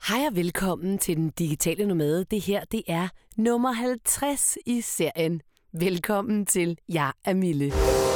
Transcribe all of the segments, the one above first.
Hej og velkommen til Den Digitale Nomade. Det her, det er nummer 50 i serien. Velkommen til Jeg er Mille.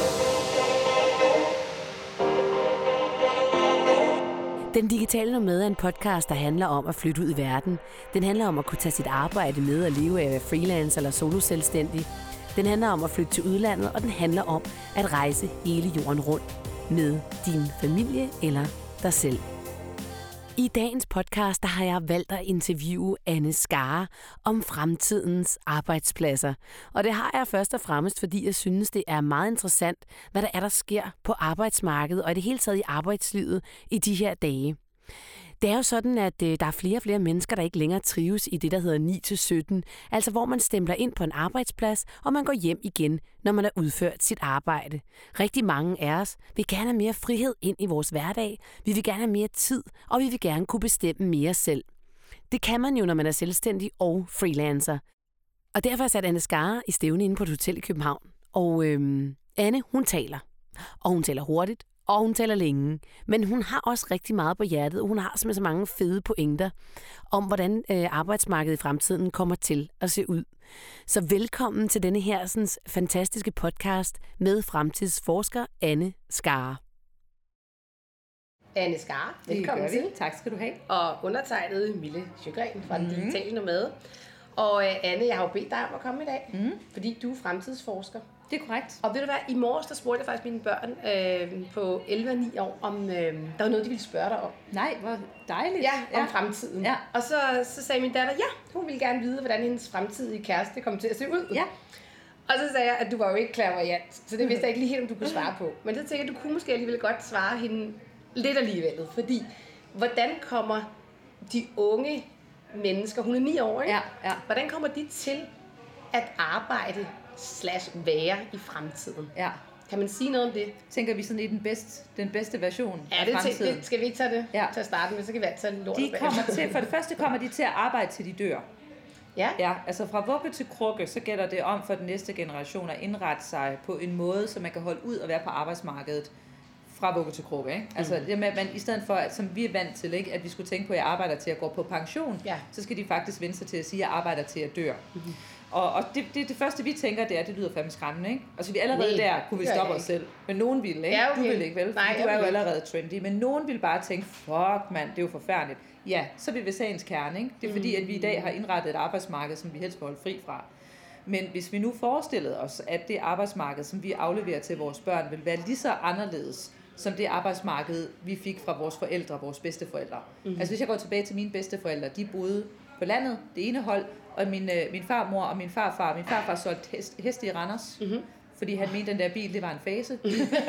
Den Digitale Nomade er en podcast, der handler om at flytte ud i verden. Den handler om at kunne tage sit arbejde med og leve af at være freelance eller soloselvstændig. Den handler om at flytte til udlandet, og den handler om at rejse hele jorden rundt med din familie eller dig selv. I dagens podcast der har jeg valgt at interviewe Anne Skare om fremtidens arbejdspladser. Og det har jeg først og fremmest, fordi jeg synes, det er meget interessant, hvad der sker på arbejdsmarkedet og i det hele taget i arbejdslivet i de her dage. Det er jo sådan, at der er flere og flere mennesker, der ikke længere trives i det, der hedder 9-17. Altså hvor man stempler ind på en arbejdsplads, og man går hjem igen, når man har udført sit arbejde. Rigtig mange af os vil gerne have mere frihed ind i vores hverdag. Vi vil gerne have mere tid, og vi vil gerne kunne bestemme mere selv. Det kan man jo, når man er selvstændig og freelancer. Og derfor har jeg sat Anne Skare i stævne inde på et hotel i København. Og Anne, hun taler. Og hun taler hurtigt. Og hun taler længe, men hun har også rigtig meget på hjertet, og hun har simpelthen så mange fede pointer om, hvordan arbejdsmarkedet i fremtiden kommer til at se ud. Så velkommen til denne her sådan, fantastiske podcast med fremtidsforsker Anne Skare. Anne Skare, velkommen til. Tak skal du have. Og undertegnet Mille Sjøgren fra Den Digitale Nomade. Og Anne, jeg har jo bedt dig om at komme i dag, fordi du er fremtidsforsker. Det er korrekt. Og ved du hvad, i morges der spurgte jeg faktisk mine børn på 11 og 9 år, om der var noget, de ville spørge dig om. Nej, hvor dejligt. Ja, om fremtiden. Ja. Og så sagde min datter, hun ville gerne vide, hvordan hendes fremtidige kæreste kom til at se ud. Ja. Og så sagde jeg, at du var jo ikke clairvoyant, så det vidste jeg ikke lige helt, om du kunne svare på. Men så tænkte jeg, at du kunne måske alligevel godt svare hende lidt alligevel, fordi hvordan kommer de unge mennesker, hun er 9 år, ikke? Ja. Hvordan kommer de til at arbejde /være i fremtiden? Ja. Kan man sige noget om det? Tænker vi sådan i den bedste version af fremtiden? Det skal vi ikke tage det til at starte med, så kan vi tage lortet bagefter. For det første kommer de til at arbejde til de dør. Ja, altså fra vugge til krukke, så gælder det om for den næste generation at indrette sig på en måde, så man kan holde ud og være på arbejdsmarkedet fra vugge til krukke, ikke? Altså det med, at man i stedet for, som vi er vant til, ikke, at vi skulle tænke på, at jeg arbejder til at gå på pension, så skal de faktisk vende sig til at sige, at jeg arbejder til at dør. Og det første vi tænker, det lyder fandme skræmmende, ikke? Altså vi allerede der kunne vi stoppe os selv, men nogen ville, ikke? Ja, okay. Du ville ikke, vel? Nej, du er jo allerede trendy, men nogen ville bare tænke, fuck mand, det er jo forfærdeligt. Ja, så vil vi sagens kerne, ikke? Det er fordi, at vi i dag har indrettet et arbejdsmarked, som vi helst vil holde fri fra. Men hvis vi nu forestillede os, at det arbejdsmarked, som vi afleverer til vores børn, vil være lige så anderledes, som det arbejdsmarked, vi fik fra vores forældre, vores bedsteforældre. Altså hvis jeg går tilbage til mine bedsteforældre, de boede på landet, det ene hold, og min farmor og min farfar solgte heste i Randers, fordi han mente, den der bil, det var en fase.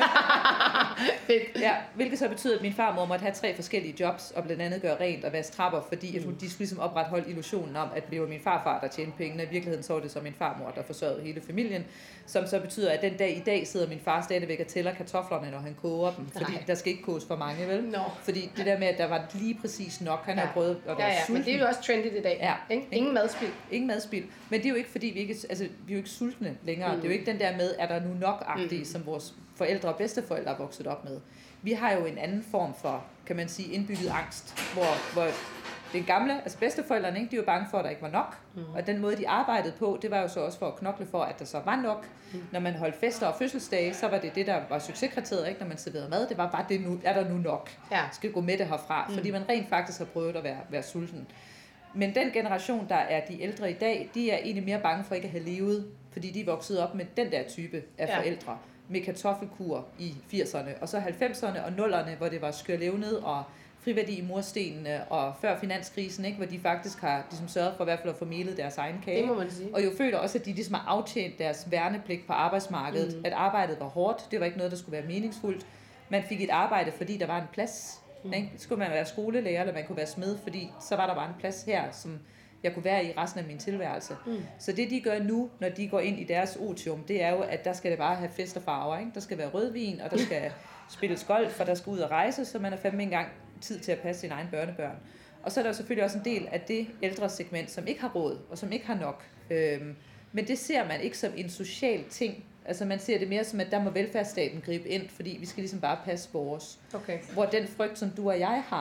Ja, hvilket så betyder, at min farmor måtte have 3 forskellige jobs, og blandt andet gøre rent og vaske trapper, fordi at de skulle ligesom opretholde illusionen om, at det var min farfar, der tjente pengene. I virkeligheden så var det så min farmor, der forsørgede hele familien, som så betyder, at den dag i dag sidder min far stadigvæk og tæller kartoflerne, når han koger dem, fordi der skal ikke koges for mange, vel? No. Fordi det der med, at der var lige præcis nok, han har prøvet at være sulten. Men det er jo også trendy i dag. Ja. Ingen madspild. Ingen madspild. Men det er jo ikke, fordi vi ikke, altså, vi er jo ikke sultne længere. Det er jo ikke den der med, er der nu nok-agtige, som vores forældre og bedsteforældre er vokset op med. Vi har jo en anden form for, kan man sige, indbygget angst, hvor den gamle, altså bedsteforældrene, ikke, de var bange for, at der ikke var nok. Og den måde, de arbejdede på, det var jo så også for at knokle for, at der så var nok. Når man holdt fester og fødselsdage, så var det, der var succeskriteriet, ikke, når man serverede mad. Det var det nu, er der nu nok? Skal gå med det herfra, fordi man rent faktisk har prøvet at være sulten. Men den generation, der er de ældre i dag, de er egentlig mere bange for ikke at have levet, fordi de er vokset op med den der type af forældre, med kartoffelkur i 80'erne, og så 90'erne og 0'erne, hvor det var skørlevned og friværdi i murstenene, og før finanskrisen, ikke, hvor de faktisk har ligesom sørget for i hvert fald at få melet deres egen kage. Det må man sige. Og jo føler også, at de ligesom har aftjent deres værnepligt på arbejdsmarkedet, at arbejdet var hårdt, det var ikke noget, der skulle være meningsfuldt. Man fik et arbejde, fordi der var en plads. Ikke? Skulle man være skolelærer, eller man kunne være smed, fordi så var der bare en plads her, som jeg kunne være i resten af min tilværelse. Så det de gør nu, når de går ind i deres otium, det er jo, at der skal det bare have fest og farver. Ikke? Der skal være rødvin, og der skal spilles golf, og der skal ud og rejse, så man har fandme engang tid til at passe sine egne børnebørn. Og så er der jo selvfølgelig også en del af det ældre segment, som ikke har råd, og som ikke har nok. Men det ser man ikke som en social ting. Altså man ser det mere som, at der må velfærdsstaten gribe ind, fordi vi skal ligesom bare passe vores. Okay. Hvor den frygt, som du og jeg har,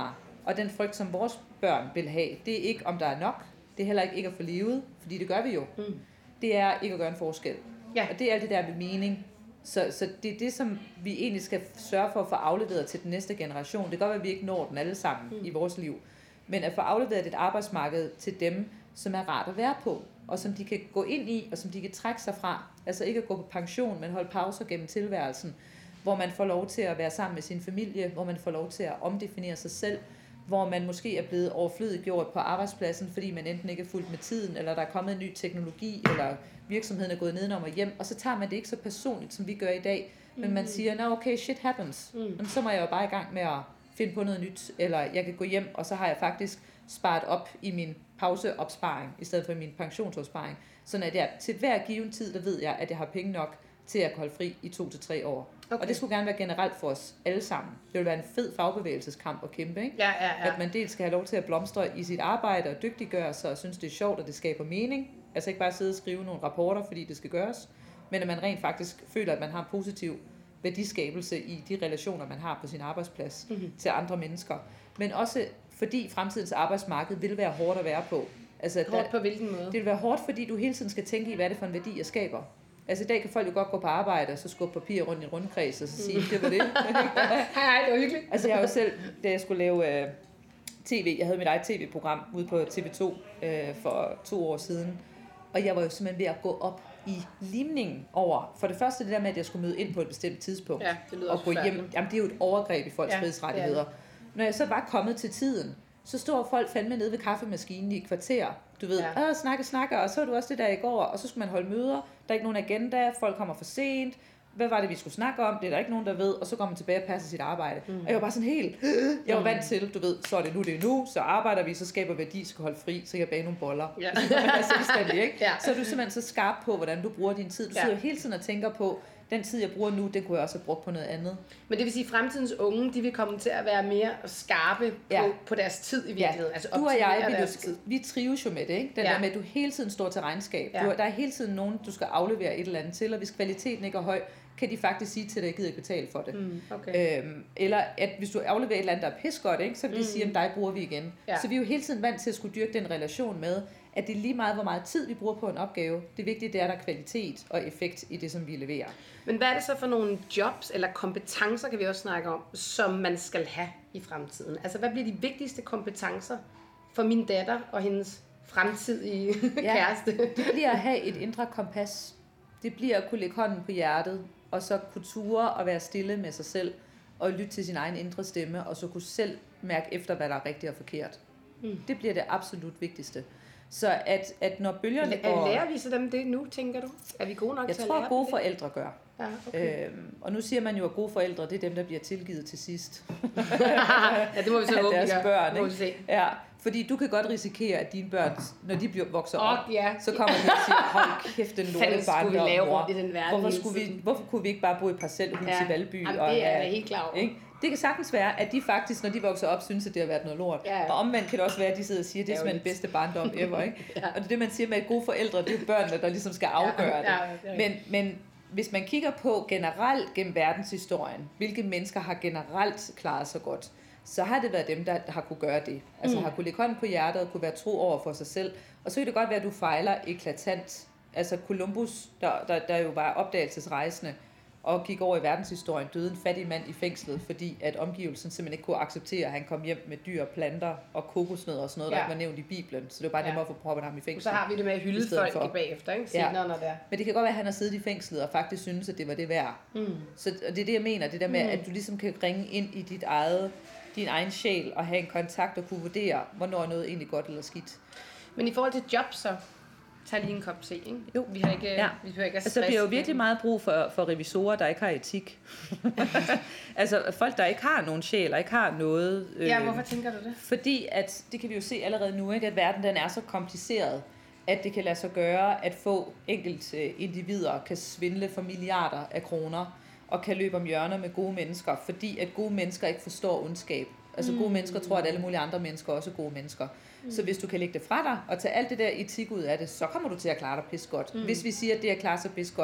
Og den frygt, som vores børn vil have, det er ikke, om der er nok. Det er heller ikke at få livet, fordi det gør vi jo. Det er ikke at gøre en forskel. Ja. Og det er alt det der med mening. Så det er det, som vi egentlig skal sørge for at få afleveret til den næste generation. Det kan godt være, at vi ikke når den alle sammen i vores liv. Men at få afleveret et arbejdsmarked til dem, som er rart at være på, og som de kan gå ind i, og som de kan trække sig fra. Altså ikke at gå på pension, men holde pauser gennem tilværelsen, hvor man får lov til at være sammen med sin familie, hvor man får lov til at omdefinere sig selv, hvor man måske er blevet overflødiggjort på arbejdspladsen, fordi man enten ikke er fulgt med tiden, eller der er kommet en ny teknologi, eller virksomheden er gået nedenom og hjem, og så tager man det ikke så personligt, som vi gør i dag, men man siger, no, okay, shit happens, men så må jeg jo bare i gang med at finde på noget nyt, eller jeg kan gå hjem, og så har jeg faktisk sparet op i min pauseopsparing, i stedet for min pensionsopsparing, sådan at jeg til hver given tid, der ved jeg, at jeg har penge nok til at holde fri i 2 til 3 år. Okay. Og det skulle gerne være generelt for os alle sammen. Det vil være en fed fagbevægelseskamp at kæmpe, ikke? Ja. At man dels skal have lov til at blomstre i sit arbejde og dygtiggøre sig og synes, det er sjovt, og det skaber mening. Altså ikke bare sidde og skrive nogle rapporter, fordi det skal gøres, men at man rent faktisk føler, at man har en positiv værdiskabelse i de relationer, man har på sin arbejdsplads til andre mennesker. Men også fordi fremtidens arbejdsmarked vil være hårdt at være på. Altså, hårdt på hvilken måde? Det vil være hårdt, fordi du hele tiden skal tænke i, hvad er det for en værdi, jeg skaber. Altså i dag kan folk jo godt gå på arbejde, og så skubbe papir rundt i en rundkreds, og så sige, det var det. Hej, det var hyggeligt. Altså jeg har jo selv, da jeg skulle lave tv, jeg havde mit eget tv-program ude på TV2 for 2 år siden, og jeg var jo simpelthen ved at gå op i limningen over, for det første det der med, at jeg skulle møde ind på et bestemt tidspunkt, og gå hjem. Jamen det er jo et overgreb i folks frihedsrettigheder. Når jeg så var kommet til tiden, så stod folk fandme nede ved kaffemaskinen i et kvarter, du ved, snakke, og så var du også det der i går, og så skulle man holde møder, der er ikke nogen agenda, folk kommer for sent, hvad var det, vi skulle snakke om, det er der ikke nogen, der ved, og så går man tilbage og passer sit arbejde. Og jeg var bare sådan helt, jeg var vant til, du ved, så er det nu, så arbejder vi, så skaber værdi, så kan holde fri, så kan jeg bage nogle boller. Ja. Så man er selvstændig, ikke? Ja. Så er du simpelthen så skarp på, hvordan du bruger din tid. Du sidder hele tiden og tænker på, den tid, jeg bruger nu, den kunne jeg også have brugt på noget andet. Men det vil sige, at fremtidens unge, de vil komme til at være mere skarpe på deres tid i virkeligheden. Ja. Altså du og jeg, vi trives jo med det, ikke? Den der med, at du hele tiden står til regnskab. Der er hele tiden nogen, du skal aflevere et eller andet til, og hvis kvaliteten ikke er høj, kan de faktisk sige til dig, at jeg gider ikke betale for det. Okay. Eller at hvis du afleverer et eller andet, der er pissegodt, ikke, så vil de sige, at dig bruger vi igen. Ja. Så vi er jo hele tiden vant til at skulle dyrke den relation med, at det er lige meget, hvor meget tid vi bruger på en opgave. Det vigtige, det er, at der er kvalitet og effekt i det, som vi leverer. Men hvad er det så for nogle jobs eller kompetencer, kan vi også snakke om, som man skal have i fremtiden? Altså, hvad bliver de vigtigste kompetencer for min datter og hendes fremtidige kæreste? Det bliver at have et indre kompas. Det bliver at kunne lægge hånden på hjertet, og så kunne ture og være stille med sig selv, og lytte til sin egen indre stemme, og så kunne selv mærke efter, hvad der er rigtigt og forkert. Det bliver det absolut vigtigste. Så at når bølgerne går... Lærer vi så dem det nu, tænker du? Er vi gode nok til at lære? Jeg tror, gode forældre gør. Ja, okay. Og nu siger man jo, at gode forældre, det er dem, der bliver tilgivet til sidst. Ja, det må vi så håbe, deres børn, ikke? Se. Ja, fordi du kan godt risikere, at dine børn, når de vokser op, så kommer de og siger, hold kæft, den lorte barndom, vi lave rundt i den verden hvorfor kunne vi ikke bare bo i et parcelhus i Valby? Jamen, det er helt klart. Det kan sagtens være, at de faktisk, når de vokser op, synes, at det har været noget lort. Ja. Og omvendt kan det også være, at de sidder og siger, at det er simpelthen den bedste barndom ever. Ikke? Og det er det, man siger med, at gode forældre, det er børnene, der ligesom skal afgøre det. Men hvis man kigger på generelt gennem verdenshistorien, hvilke mennesker har generelt klaret sig godt, så har det været dem, der har kunne gøre det. Altså har kunne lægge hånden på hjertet og kunne være tro over for sig selv. Og så kan det godt være, at du fejler eklatant. Altså Columbus, der jo var opdagelsesrejsende, og gik over i verdenshistorien, døde en fattig mand i fængslet, fordi at omgivelsen simpelthen ikke kunne acceptere, at han kom hjem med dyr, planter og kokosnødder og sådan noget, der ikke var nævnt i Bibelen. Så det var bare nemmere at få proppet ham i fængslet. Så har vi det med at hylde folk bagefter, ikke? Senere, når det er. Men det kan godt være, at han har siddet i fængslet og faktisk synes, at det var det værd. Så det er det, jeg mener, det der med, at du ligesom kan ringe ind i din egen sjæl og have en kontakt og kunne vurdere, hvornår er noget egentlig godt eller skidt. Men i forhold til job så, tag lige en kop te, ikke? Jo. Vi har ikke, vi behøver ikke at altså, der bliver jo virkelig meget brug for revisorer, der ikke har etik. Altså folk, der ikke har nogen sjæl og ikke har noget. Ja, hvorfor tænker du det? Fordi at, det kan vi jo se allerede nu, ikke, at verden den er så kompliceret, at det kan lade sig gøre, at få enkelte individer kan svindle for milliarder af kroner, og kan løbe om hjørner med gode mennesker, fordi at gode mennesker ikke forstår ondskab. Altså gode mennesker tror, at alle mulige andre mennesker også er gode mennesker. Så hvis du kan lægge det fra dig, og tage alt det der etik ud af det, så kommer du til at klare dig pis godt. Hvis vi siger, at det at klare sig pis godt,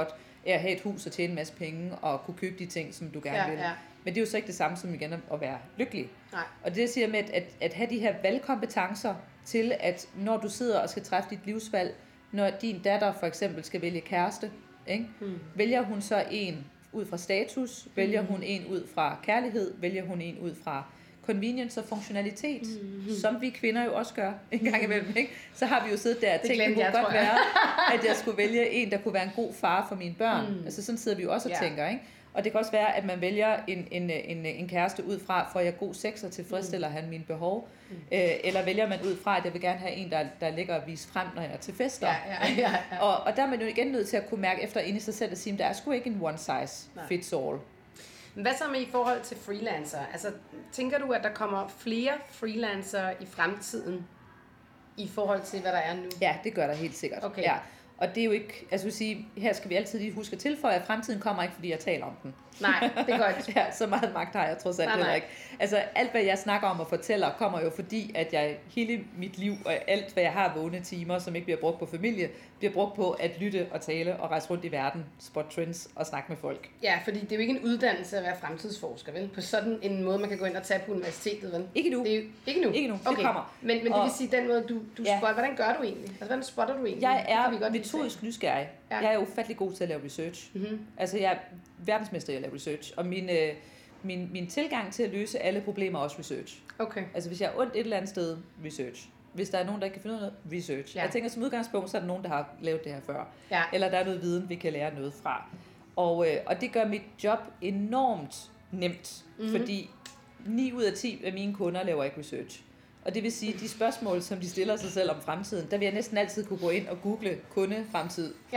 af at have et hus og tjene en masse penge og kunne købe de ting, som du gerne vil. Ja. Men det er jo så ikke det samme som igen at være lykkelig. Nej. Og det jeg siger med at have de her valgkompetencer til, at når du sidder og skal træffe dit livsvalg, når din datter for eksempel skal vælge kæreste, ikke? Vælger hun så en ud fra status, vælger hun en ud fra kærlighed, vælger hun en ud fra convenience og funktionalitet, som vi kvinder jo også gør en gang imellem, ikke? Så har vi jo siddet der og tænkt, det kunne godt være, at jeg skulle vælge en, der kunne være en god far for mine børn. Altså sådan sidder vi jo også og tænker, ikke? Og det kan også være, at man vælger en kæreste ud fra, for at jeg er god sex og tilfredsstiller han mine behov. Eller vælger man ud fra, at jeg vil gerne have en, der ligger og vise frem, når jeg er til fester. Ja. Og der er man jo igen nødt til at kunne mærke efter inde i sig selv og sige, at der er sgu ikke en one size fits all. Hvad så med i forhold til freelancer? Altså, tænker du, at der kommer flere freelancer i fremtiden i forhold til, hvad der er nu? Ja, det gør der helt sikkert. Okay. Ja. Og det er jo ikke, altså vil sige, her skal vi altid lige huske at tilføje, at fremtiden kommer ikke, fordi jeg taler om den. Nej, det er godt. Ja, så meget magt har jeg trods alt heller ikke. Altså alt, hvad jeg snakker om og fortæller, kommer jo fordi, at jeg hele mit liv og alt, hvad jeg har vågne timer, som ikke bliver brugt på familie, bliver brugt på at lytte og tale og rejse rundt i verden, spot trends og snakke med folk. Ja, fordi det er jo ikke en uddannelse at være fremtidsforsker, vel? På sådan en måde, man kan gå ind og tage på universitetet, vel? Ikke nu. Det er jo, ikke nu? Ikke nu, okay. Det kommer. Men det vil sige, den måde, du spotter, hvordan gør du egentlig? Altså, hvordan spotter du egentlig? Jeg er metodisk nysgerrig. Ja. Jeg er ufattelig god til at lave research. Altså, jeg er verdensmester i at lave research, og min tilgang til at løse alle problemer er også research. Okay. Altså, hvis jeg er ondt et eller andet sted, research. Hvis der er nogen, der ikke kan finde ud af noget, research. Ja. Jeg tænker, som udgangspunkt, så er der nogen, der har lavet det her før. Ja. Eller der er noget viden, vi kan lære noget fra. Og det gør mit job enormt nemt, fordi 9 ud af 10 af mine kunder laver ikke research. Og det vil sige, de spørgsmål, som de stiller sig selv om fremtiden, der vil jeg næsten altid kunne gå ind og google kunde-fremtid. Ja.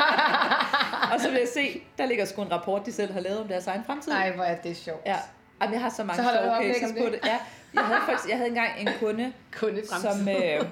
Og så vil jeg se, der ligger sgu en rapport, de selv har lavet om deres egen fremtid. Nej, hvor er det sjovt. Ja. Jamen, jeg har så mange sjove cases på det. Ja. Jeg havde engang en kunde som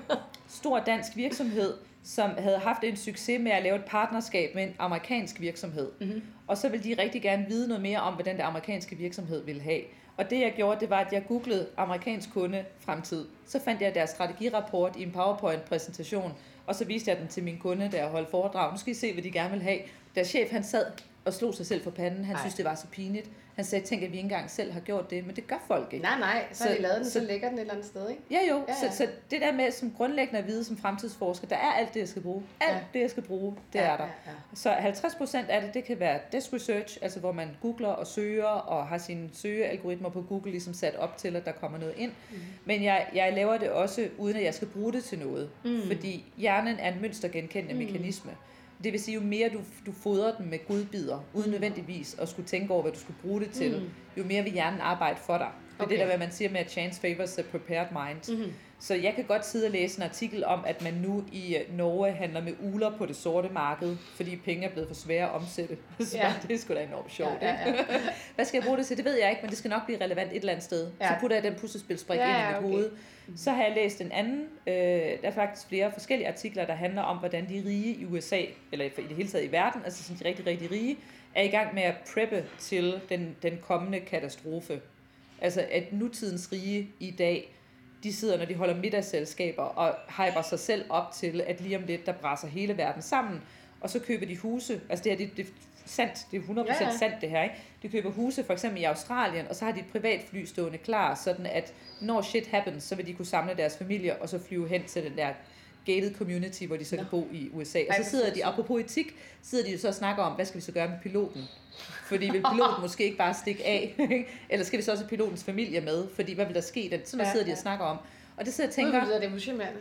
stor dansk virksomhed, som havde haft en succes med at lave et partnerskab med en amerikansk virksomhed. Og så ville de rigtig gerne vide noget mere om, hvad den der amerikanske virksomhed ville have. Og det jeg gjorde, det var, at jeg googlede amerikansk kunde fremtid. Så fandt jeg deres strategirapport i en PowerPoint-præsentation, og så viste jeg den til min kunde, der holdt foredrag. Nu skal I se, hvad de gerne vil have. Deres chef, han sad og slog sig selv for panden. Han synes, det var så pinligt. Han sagde, tænk, at vi ikke engang selv har gjort det, men det gør folk ikke. Nej, så har de lavet den, så ligger den et eller andet sted, ikke? Ja jo, ja. Så det der med som grundlæggende at vide som fremtidsforsker, der er alt det, jeg skal bruge. Alt det, jeg skal bruge, det er der. Ja. Så 50% af det kan være desk research, altså hvor man googler og søger, og har sine søgealgoritmer på Google ligesom sat op til, at der kommer noget ind. Men jeg laver det også, uden at jeg skal bruge det til noget. Fordi hjernen er en mønstergenkendende mekanisme. Det vil sige, jo mere du fodrer den med godbidder, uden nødvendigvis at skulle tænke over, hvad du skulle bruge det til, jo mere vil hjernen arbejde for dig. Det er det der, hvad man siger med, at chance favors a prepared mind. Så jeg kan godt sidde og læse en artikel om, at man nu i Norge handler med uler på det sorte marked, fordi penge er blevet for svære at omsætte. Så det er sgu da enormt sjovt. Ja. Hvad skal jeg bruge det til? Det ved jeg ikke, men det skal nok blive relevant et eller andet sted. Så putter jeg den puslespilsbrik ind i mit hoved. Så har jeg læst en anden, der er faktisk flere forskellige artikler, der handler om, hvordan de rige i USA, eller i det hele taget i verden, altså sådan de rigtig, rigtig rige, er i gang med at preppe til den kommende katastrofe. Altså at nutidens rige i dag, de sidder, når de holder middagsselskaber, og hyper sig selv op til, at lige om lidt, der brænder hele verden sammen, og så køber de huse, altså det her, det er sandt, det er 100% sandt det her, ikke? De køber huse for eksempel i Australien, og så har de et privatfly stående klar, sådan at når shit happens, så vil de kunne samle deres familier, og så flyve hen til den der gated community, hvor de så kan bo i USA. Og så sidder de, apropos etik, sidder de jo så og snakker om, hvad skal vi så gøre med piloten? Fordi vil piloten måske ikke bare stikke af? Eller skal vi så også have pilotens familie med? Fordi hvad vil der ske? Sådan sidder de og snakker om. Og det sidder jeg tænker...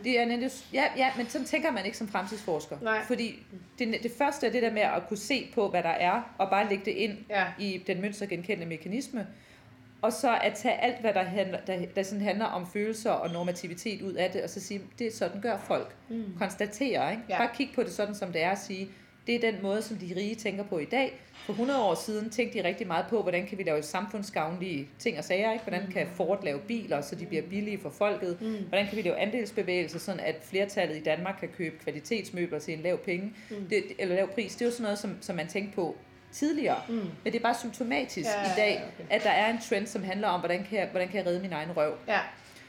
Ja, men sådan tænker man ikke som fremtidsforsker. Nej. Fordi det første er det der med at kunne se på, hvad der er, og bare lægge det ind i den mønstergenkendende mekanisme. Og så at tage alt, hvad der sådan handler om følelser og normativitet ud af det, og så sige, det er sådan gør folk. Konstatere, ikke? Bare kigge på det sådan, som det er at sige, det er den måde, som de rige tænker på i dag. For 100 år siden tænkte de rigtig meget på, hvordan kan vi lave samfundsgavnlige ting og sager, ikke? Hvordan kan Ford lave biler, så de bliver billige for folket? Hvordan kan vi lave andelsbevægelser, sådan at flertallet i Danmark kan købe kvalitetsmøbler til en lav eller lav pris? Det er jo sådan noget, som man tænkte på tidligere. Men det er bare symptomatisk i dag, at der er en trend, som handler om, hvordan kan jeg redde min egen røv. Ja.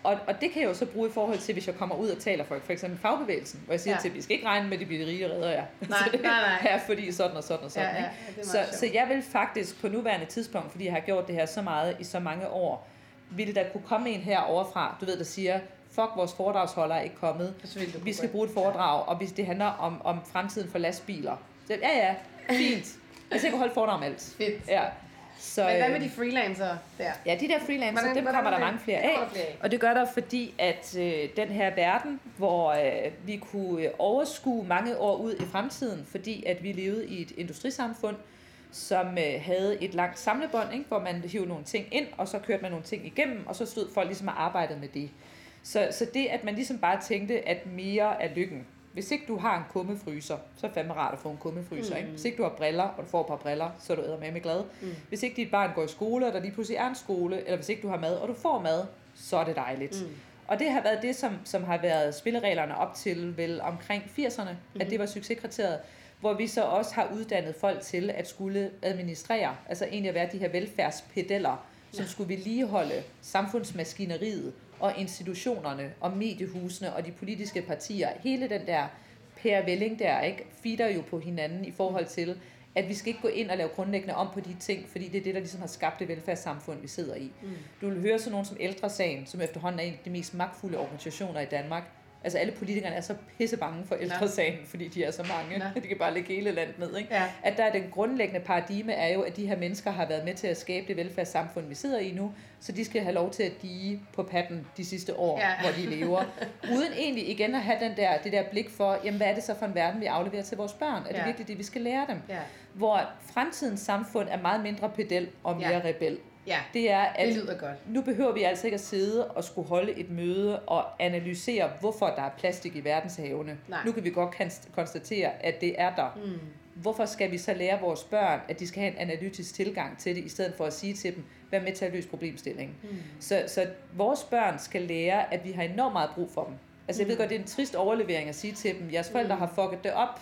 Og det kan jeg jo så bruge i forhold til, hvis jeg kommer ud og taler for eksempel fagbevægelsen, hvor jeg siger til, at vi skal ikke regne med, at de bliver rige redder jer. Nej. Her, fordi sådan og sådan og sådan. Så jeg vil faktisk på nuværende tidspunkt, fordi jeg har gjort det her så meget i så mange år, ville der kunne komme en her overfra, du ved, der siger, fuck, vores foredragsholder er ikke kommet. Vi skal bruge et foredrag, og hvis det handler om fremtiden for lastbiler. Så, ja, fint. Jeg kan holde foredrag om alt. Fedt. Ja. Så, men hvad med de freelancere der? Ja, de der freelancere, dem kommer der mange flere af. Og det gør der, fordi at den her verden, hvor vi kunne overskue mange år ud i fremtiden, fordi at vi levede i et industrisamfund, som havde et langt samlebånd, ikke, hvor man hivede nogle ting ind, og så kørte man nogle ting igennem, og så stod folk ligesom og arbejdede med det. Så det, at man ligesom bare tænkte, at mere er lykken. Hvis ikke du har en kummefryser, så er det fandme rart at få en kummefryser. Ikke? Hvis ikke du har briller, og du får et par briller, så er du eddermame glad. Hvis ikke dit barn går i skole, og der lige pludselig er en skole, eller hvis ikke du har mad, og du får mad, så er det dejligt. Og det har været det, som har været spillereglerne op til vel omkring 80'erne, at det var succeskriteriet, hvor vi så også har uddannet folk til at skulle administrere, altså egentlig at være de her velfærdspedeller, som skulle vedligeholde samfundsmaskineriet og institutionerne og mediehusene og de politiske partier. Hele den der pærevælling der, ikke, feeder jo på hinanden i forhold til, at vi skal ikke gå ind og lave grundlæggende om på de ting, fordi det er det, der ligesom har skabt det velfærdssamfund, vi sidder i. Du vil høre sådan nogen som Ældre Sagen, som efterhånden er en af de mest magtfulde organisationer i Danmark. Altså alle politikerne er så pisse bange for Ældre Sagen, fordi de er så mange. De kan bare lægge hele landet ned. Ikke? Ja. At der er den grundlæggende paradigme er jo, at de her mennesker har været med til at skabe det velfærdssamfund, vi sidder i nu, så de skal have lov til at dige på patten de sidste år, hvor de lever. Uden egentlig igen at have det der blik for, jamen hvad er det så for en verden, vi afleverer til vores børn? Er det virkelig det, vi skal lære dem? Ja. Hvor fremtidens samfund er meget mindre pedel og mere rebel. Ja, det er, at det lyder godt. Nu behøver vi altså ikke at sidde og skulle holde et møde og analysere, hvorfor der er plastik i verdenshavene. Nej. Nu kan vi godt konstatere, at det er der. Hvorfor skal vi så lære vores børn, at de skal have en analytisk tilgang til det, i stedet for at sige til dem, vær med til at løse problemstillingen. Så vores børn skal lære, at vi har enormt meget brug for dem. Altså jeg ved godt, det er en trist overlevering at sige til dem, jeres forældre har fucket det op,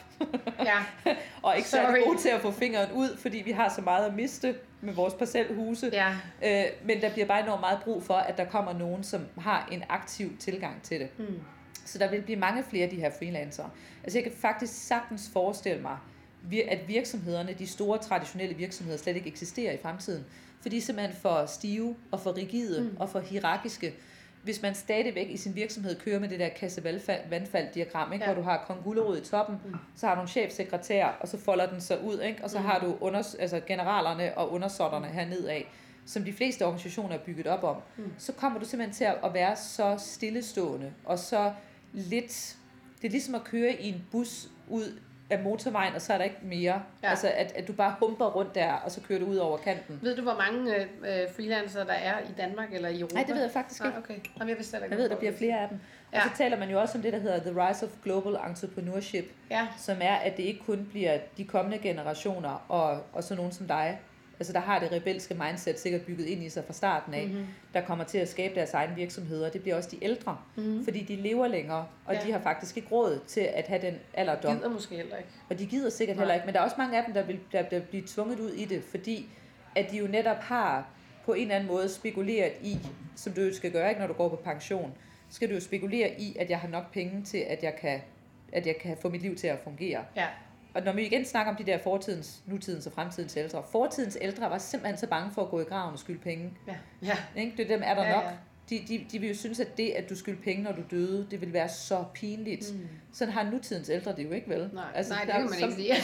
og ikke særlig gode til at få fingeren ud, fordi vi har så meget at miste med vores parcelhuse. Men der bliver bare enormt meget brug for, at der kommer nogen, som har en aktiv tilgang til det. Så der vil blive mange flere af de her freelancere. Altså jeg kan faktisk sagtens forestille mig, at virksomhederne, de store traditionelle virksomheder, slet ikke eksisterer i fremtiden. For de er simpelthen for stive og for rigide og for hierarkiske. Hvis man stadigvæk i sin virksomhed kører med det der kasse-vandfald-diagram, ikke? Hvor du har kong Gullerud i toppen, så har du en chefsekretær, og så folder den sig ud, ikke? Og så har du generalerne og undersåtterne hernede af, som de fleste organisationer er bygget op om. Så kommer du simpelthen til at være så stillestående, og så lidt, det er ligesom at køre i en bus ud af motorvejen, og så er der ikke mere. Altså, at du bare humper rundt der, og så kører du ud over kanten. Ved du, hvor mange freelancere der er i Danmark eller i Europa? Nej, det ved jeg faktisk ikke. Okay. Jamen, jeg ved, der bliver flere af dem. Og så taler man jo også om det, der hedder The Rise of Global Entrepreneurship, som er, at det ikke kun bliver de kommende generationer, og så nogen som dig, altså der har det rebelske mindset sikkert bygget ind i sig fra starten af, der kommer til at skabe deres egne virksomheder. Det bliver også de ældre, fordi de lever længere, og de har faktisk ikke råd til at have den alderdom. De gider måske heller ikke. Og de gider sikkert heller ikke, men der er også mange af dem, der bliver tvunget ud i det, fordi at de jo netop har på en eller anden måde spekuleret i, som du jo skal gøre, ikke, når du går på pension, skal du jo spekulere i, at jeg har nok penge til, at jeg kan få mit liv til at fungere. Ja. Og når vi igen snakker om de der fortidens, nutidens og fremtidens ældre. Fortidens ældre var simpelthen så bange for at gå i graven og skylde penge. Ja. Ikke? Det dem er der nok. De vil jo synes, at det, at du skyldte penge, når du døde, det vil være så pinligt. Sådan har nutidens ældre det jo ikke, vel? Nej, altså, det kan man ikke sige.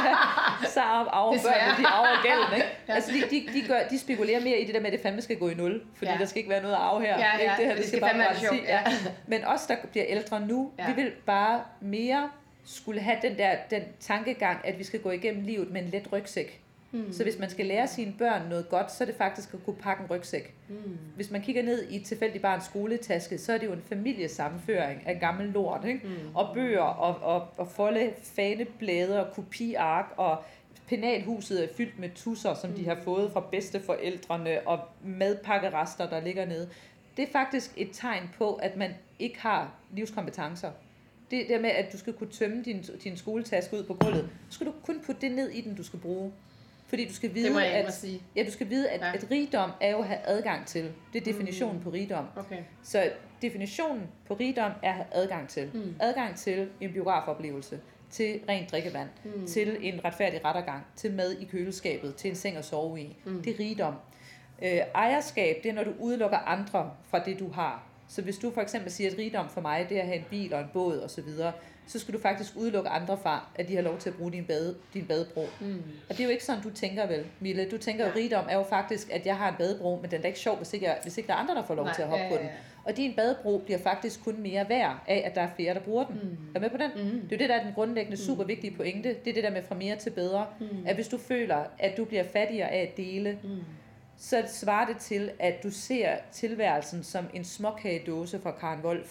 Så arver børnene, de arver gælden, ikke? Altså, de spekulerer mere i det der med, at det fandme skal gå i nul, fordi der skal ikke være noget at arve her. Ja, det her, det skal bare være sjovt. Men os, der bliver ældre nu, vi vil bare mere skulle have den tankegang, at vi skal gå igennem livet med en let rygsæk. Så hvis man skal lære sine børn noget godt, så er det faktisk at kunne pakke en rygsæk. Hvis man kigger ned i et tilfældigt barns skoletaske, så er det jo en familiesammenføring af gammel lort, ikke? Og bøger, og folde faneblade og kopiark, og penalhuset er fyldt med tusser, som de har fået fra bedsteforældrene, og madpakkerester, der ligger nede. Det er faktisk et tegn på, at man ikke har livskompetencer. Det der med, at du skal kunne tømme din skoletaske ud på gulvet, så skal du kun putte det ned i den, du skal bruge. Fordi du skal vide, du skal vide, at rigdom er jo at have adgang til. Det er definitionen på rigdom. Okay. Så definitionen på rigdom er at have adgang til. Adgang til en biografoplevelse, til rent drikkevand, til en retfærdig rettergang, til mad i køleskabet, til en seng at sove i. Det er rigdom. Ejerskab, det er når du udelukker andre fra det du har. Så hvis du for eksempel siger, at rigdom for mig, det er at have en bil og en båd og så videre, så skal du faktisk udelukke andre fra, at de har lov til at bruge din badebro. Og det er jo ikke sådan, du tænker vel, Mille. Du tænker jo, rigdom er jo faktisk, at jeg har en badebro, men den er ikke sjov, hvis ikke der er andre, der får lov til at hoppe på den. Og din badebro bliver faktisk kun mere værd af, at der er flere, der bruger den. Er med på den? Det er jo det, der er den grundlæggende, super vigtige pointe. Det er det der med fra mere til bedre. At hvis du føler, at du bliver fattigere af at dele, så svarer det til, at du ser tilværelsen som en småkagedåse fra Karen Wolf.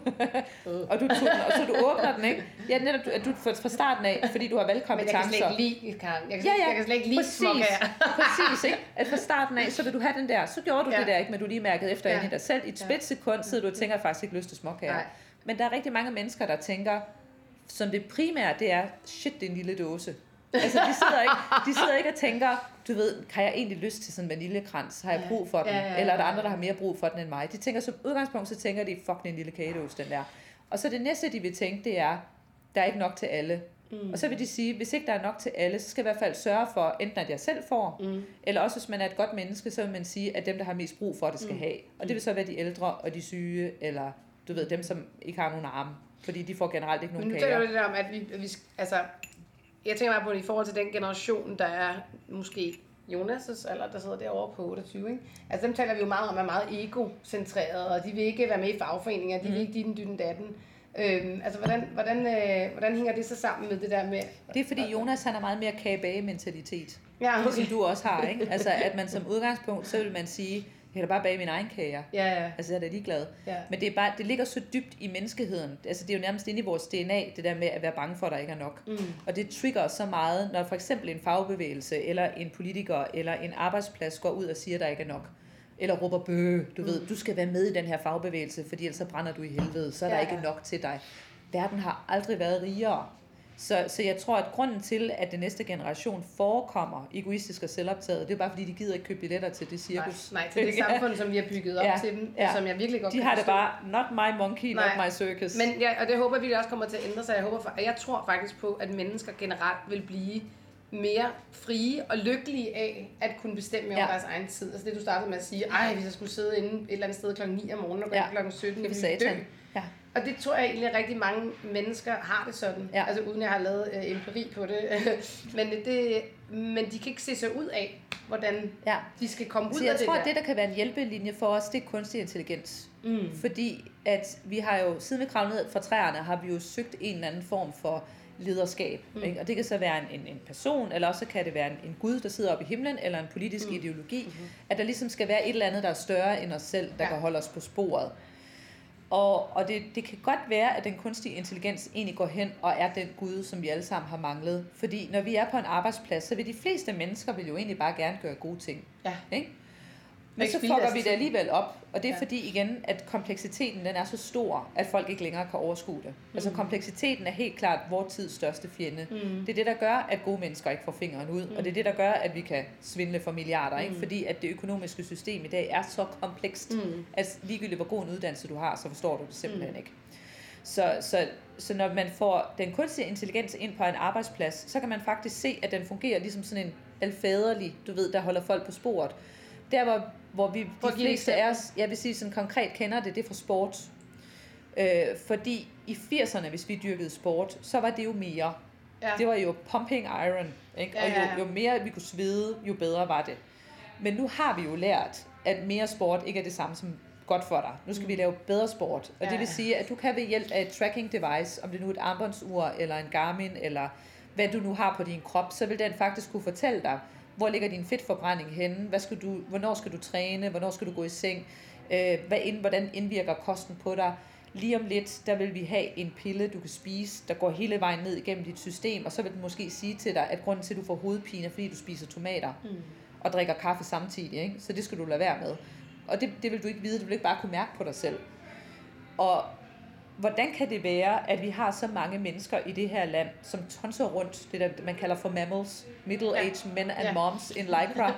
Og du tog den, og så du åbner den, ikke? Ja, netop du fra starten af, fordi du har valgkompetencer. Men jeg kan slet ikke lide, Karen. Jeg kan slet ikke lide småkager. Præcis, ikke? At fra starten af, så vil du have den der, så gjorde du det der, ikke? Men du lige mærkede efter ind i dig selv. I et splitsekund sidder du og tænker, faktisk ikke lyst til småkager. Men der er rigtig mange mennesker, der tænker, som det primære, det er, shit, det er en lille dåse. Altså, de sidder ikke og tænker, du ved, har jeg egentlig lyst til sådan en vaniljekrans? Har jeg brug for den? Eller er der andre, der har mere brug for den end mig? De tænker som udgangspunkt, så tænker de, fuck, en lille kagedåse, den der. Og så det næste, de vil tænke, det er, der er ikke nok til alle. Og så vil de sige, hvis ikke der er nok til alle, så skal jeg i hvert fald sørge for, enten at jeg selv får, eller også hvis man er et godt menneske, så vil man sige, at dem, der har mest brug for det, skal have. Og det vil så være de ældre og de syge, eller du ved, dem, som ikke har nogen arme. Fordi de får generelt ikke nogen kager. Men nu tænker du det om, at vi altså... Jeg tænker bare på det i forhold til den generation, der er måske Jonas' alder, der sidder derovre på 28, ikke? Altså dem taler vi jo meget om, er meget egocentreret, og de vil ikke være med i fagforeninger, de vil ikke dytten datten. Altså hvordan hænger det så sammen med det der med... Det er fordi Jonas, han har meget mere kage-bage-mentalitet, okay. Som du også har, ikke? Altså at man som udgangspunkt, så vil man sige, jeg kan da bare bage min egen kager. Altså jeg er da ligeglad. Men det er bare, det ligger så dybt i menneskeheden. Altså det er jo nærmest inde i vores DNA, det der med at være bange for, at der ikke er nok. Og det trigger så meget, når for eksempel en fagbevægelse, eller en politiker, eller en arbejdsplads går ud og siger, at der ikke er nok. Eller råber bøh, du ved, du skal være med i den her fagbevægelse, fordi ellers så brænder du i helvede, så er der ikke nok til dig. Verden har aldrig været rigere. Så jeg tror, at grunden til, at den næste generation forekommer egoistisk og selvoptaget, det er bare fordi, de gider ikke købe billetter til det cirkus. Nej, til det samfund, som vi har bygget op til dem, som jeg virkelig godt kan forstå. De har det bare, not my monkey, not my circus. Men og det håber vi også kommer til at ændre sig. Jeg tror faktisk på, at mennesker generelt vil blive mere frie og lykkelige af at kunne bestemme over deres egen tid. Altså det, du startede med at sige, hvis jeg skulle sidde inde et eller andet sted klokken 9 om morgenen og gå klokken 17, det ville dø. Og det tror jeg egentlig, at rigtig mange mennesker har det sådan. Altså uden jeg har lavet empiri på det. Men de kan ikke se sig ud af, hvordan de skal komme ud af det der. Jeg tror, at det, der kan være en hjælpelinje for os, det er kunstig intelligens. Fordi at vi har jo, siden vi kravlede ned fra træerne, har vi jo søgt en eller anden form for lederskab. Ikke? Og det kan så være en person, eller også kan det være en gud, der sidder oppe i himlen, eller en politisk ideologi. At der ligesom skal være et eller andet, der er større end os selv, der kan holde os på sporet. Og det kan godt være, at den kunstige intelligens egentlig går hen og er den gud, som vi alle sammen har manglet. Fordi når vi er på en arbejdsplads, så vil de fleste mennesker vil jo egentlig bare gerne gøre gode ting. Ikke? Men så fucker vi det alligevel op, og det er fordi igen, at kompleksiteten den er så stor, at folk ikke længere kan overskue det. Altså kompleksiteten er helt klart vores tids største fjende. Det er det, der gør, at gode mennesker ikke får fingeren ud, og det er det, der gør, at vi kan svindle for milliarder, ikke? Fordi at det økonomiske system i dag er så komplekst, at ligegyldigt hvor god en uddannelse du har, så forstår du det simpelthen ikke. Så når man får den kunstige intelligens ind på en arbejdsplads, så kan man faktisk se, at den fungerer ligesom sådan en alfaderlig, du ved, der holder folk på sporet. Der hvor vi de fleste af os, jeg vil sige sådan konkret kender det er fra sport. Fordi i 80'erne, hvis vi dyrkede sport, så var det jo mere. Det var jo pumping iron, ikke? Og jo mere vi kunne svede, jo bedre var det. Men nu har vi jo lært, at mere sport ikke er det samme som godt for dig. Nu skal vi lave bedre sport. Og det vil sige, at du kan ved hjælp af et tracking device, om det nu er et armbåndsur, eller en Garmin, eller hvad du nu har på din krop, så vil den faktisk kunne fortælle dig, hvor ligger din fedtforbrænding henne? Hvornår skal du træne? Hvornår skal du gå i seng? Hvordan indvirker kosten på dig? Lige om lidt, der vil vi have en pille, du kan spise, der går hele vejen ned igennem dit system, og så vil den måske sige til dig, at grunden til, at du får hovedpine, er, fordi du spiser tomater og drikker kaffe samtidig. Ikke? Så det skal du lade være med. Og det vil du ikke vide, du vil ikke bare kunne mærke på dig selv. Og hvordan kan det være, at vi har så mange mennesker i det her land, som tonser rundt, det der man kalder for mammals, middle-aged men and moms in lycra,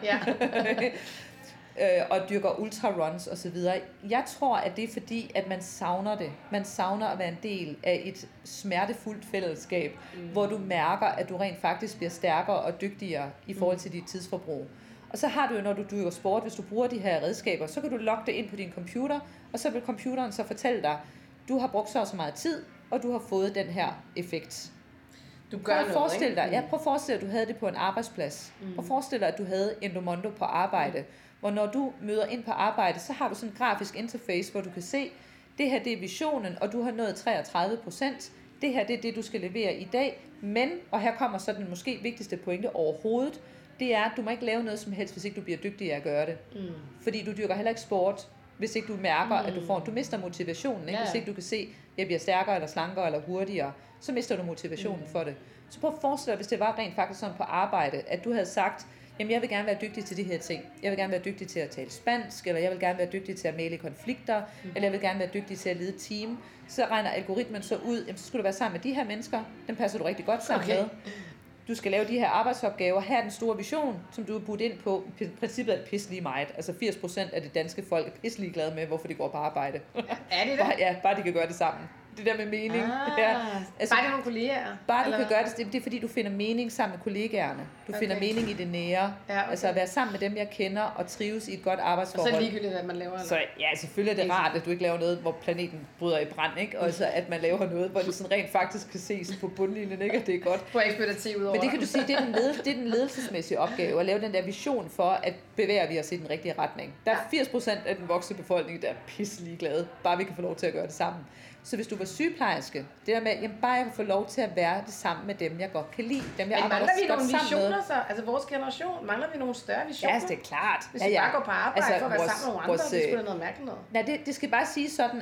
og dyrker ultraruns og så videre. Jeg tror, at det er fordi, at man savner det. Man savner at være en del af et smertefuldt fællesskab, hvor du mærker, at du rent faktisk bliver stærkere og dygtigere i forhold til dit tidsforbrug. Og så har du jo, når du dyrker sport, hvis du bruger de her redskaber, så kan du logge det ind på din computer, og så vil computeren så fortælle dig, du har brugt så meget tid, og du har fået den her effekt. Du gør noget, prøv at forestille dig, at du havde det på en arbejdsplads. Prøv at forestille dig, at du havde Endomondo på arbejde, hvor når du møder ind på arbejde, så har du sådan en grafisk interface, hvor du kan se, det her det er visionen, og du har nået 33%. Det her det er det, du skal levere i dag. Men, og her kommer så den måske vigtigste pointe overhovedet, det er, at du må ikke lave noget som helst, hvis ikke du bliver dygtig at gøre det. Fordi du dyrker heller ikke sport, hvis ikke du mærker, at du mister motivationen. Ikke? Hvis ikke du kan se, at jeg bliver stærkere, eller slankere, eller hurtigere, så mister du motivationen for det. Så prøv at forestille dig, hvis det var rent faktisk sådan på arbejde, at du havde sagt, jamen jeg vil gerne være dygtig til de her ting. Jeg vil gerne være dygtig til at tale spansk, eller jeg vil gerne være dygtig til at mægle konflikter, eller jeg vil gerne være dygtig til at lede team. Så regner algoritmen så ud, jamen så skulle du være sammen med de her mennesker, dem passer du rigtig godt sammen med. Du skal lave de her arbejdsopgaver. Her er den store vision, som du har budt ind på. Princippet er pisse lige meget. Altså 80% af det danske folk er pisse lige glade med, hvorfor de går på arbejde. Er det det? Ja, bare de kan gøre det sammen. Det der med mening. Altså, bare det nogle kollegaer? Bare du kan gøre det er fordi, du finder mening sammen med kollegaerne. Du finder mening i det nære. Altså at være sammen med dem, jeg kender, og trives i et godt arbejdsforhold. Og så ligegyldigt, hvad man laver. Eller? Så ja, selvfølgelig er det rart, at du ikke laver noget, hvor planeten bryder i brand, ikke? Og så at man laver noget, hvor det sådan rent faktisk kan ses på bundlinjen, ikke? At det er godt. På ekspeditiv udover. Men det kan du sige, det er den ledelsesmæssige opgave, at lave den der vision for, at bevæger vi os i den rigtige retning. Der er 80% af den voksne befolkning, der er pisse ligeglade, bare vi kan få lov til at gøre det sammen. Så hvis du var sygeplejerske, det der med, jamen bare jeg kan få lov til at være det sammen med dem, jeg godt kan lide, dem jeg arbejder godt sammen med. Mangler vi nogle visioner så? Altså vores generation, mangler vi nogle større visioner? Ja, det er klart. Hvis vi bare går på arbejde for at være sammen med nogle andre, det skulle da noget mærkeligt noget. Nej, det skal bare sige sådan,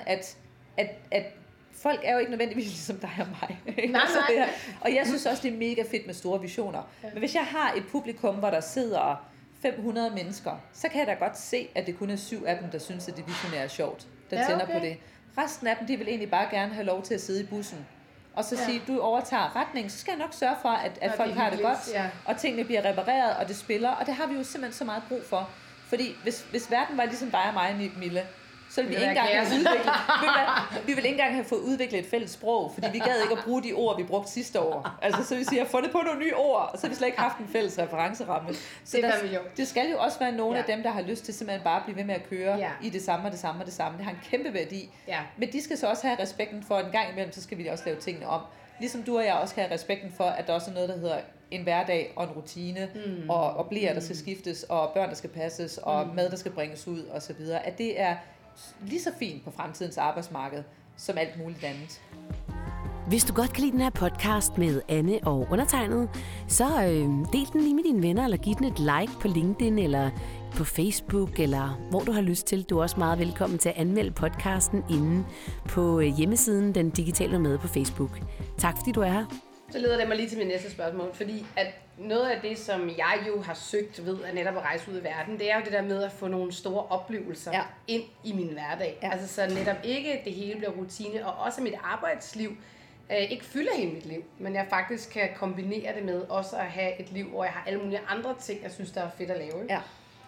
at folk er jo ikke nødvendigvis ligesom dig og mig. Nej. Og jeg synes også, det er mega fedt med store visioner. Ja. Men hvis jeg har et publikum, hvor der sidder 500 mennesker, så kan jeg da godt se, at det kun er 7 af dem, der synes, at det visionære er sjovt, der tænder på det. Resten af dem, de vil egentlig bare gerne have lov til at sidde i bussen. Og så sige, du overtager retning, så skal jeg nok sørge for, at folk har det godt, og tingene bliver repareret, og det spiller. Og det har vi jo simpelthen så meget brug for. Fordi hvis verden var ligesom dig og mig, Mille, så ville vi ikke engang have udviklet, vi ville ikke engang have fået udviklet et fælles sprog, fordi vi gad ikke at bruge de ord, vi brugte sidste år. Altså, så vi siger, fundet på nogle nye ord, og så har vi slet ikke haft en fælles referenceramme. Så det skal jo også være nogle af dem, der har lyst til simpelthen bare at blive ved med at køre i det samme og det samme og det samme. Det har en kæmpe værdi. Ja. Men de skal så også have respekten for, at en gang imellem, så skal vi også lave tingene om. Ligesom du og jeg også skal have respekten for, at der også er noget, der hedder en hverdag og en rutine, og bleer, der skal skiftes, og børn, der skal passes, og mad, der skal bringes ud, og så videre. At det er lige så fint på fremtidens arbejdsmarked, som alt muligt andet. Hvis du godt kan lide den her podcast med Anne og undertegnet, så del den lige med dine venner, eller giv den et like på LinkedIn, eller på Facebook, eller hvor du har lyst til. Du er også meget velkommen til at anmelde podcasten inde på hjemmesiden Den Digitale Nomade på Facebook. Tak fordi du er her. Så leder det mig lige til min næste spørgsmål, fordi at noget af det, som jeg jo har søgt ved at netop at rejse ud i verden, det er jo det der med at få nogle store oplevelser ind i min hverdag. Ja. Altså så netop ikke det hele bliver rutine, og også mit arbejdsliv ikke fylder hele mit liv, men jeg faktisk kan kombinere det med også at have et liv, hvor jeg har alle mulige andre ting, jeg synes, der er fedt at lave. Ikke?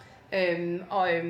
Ja.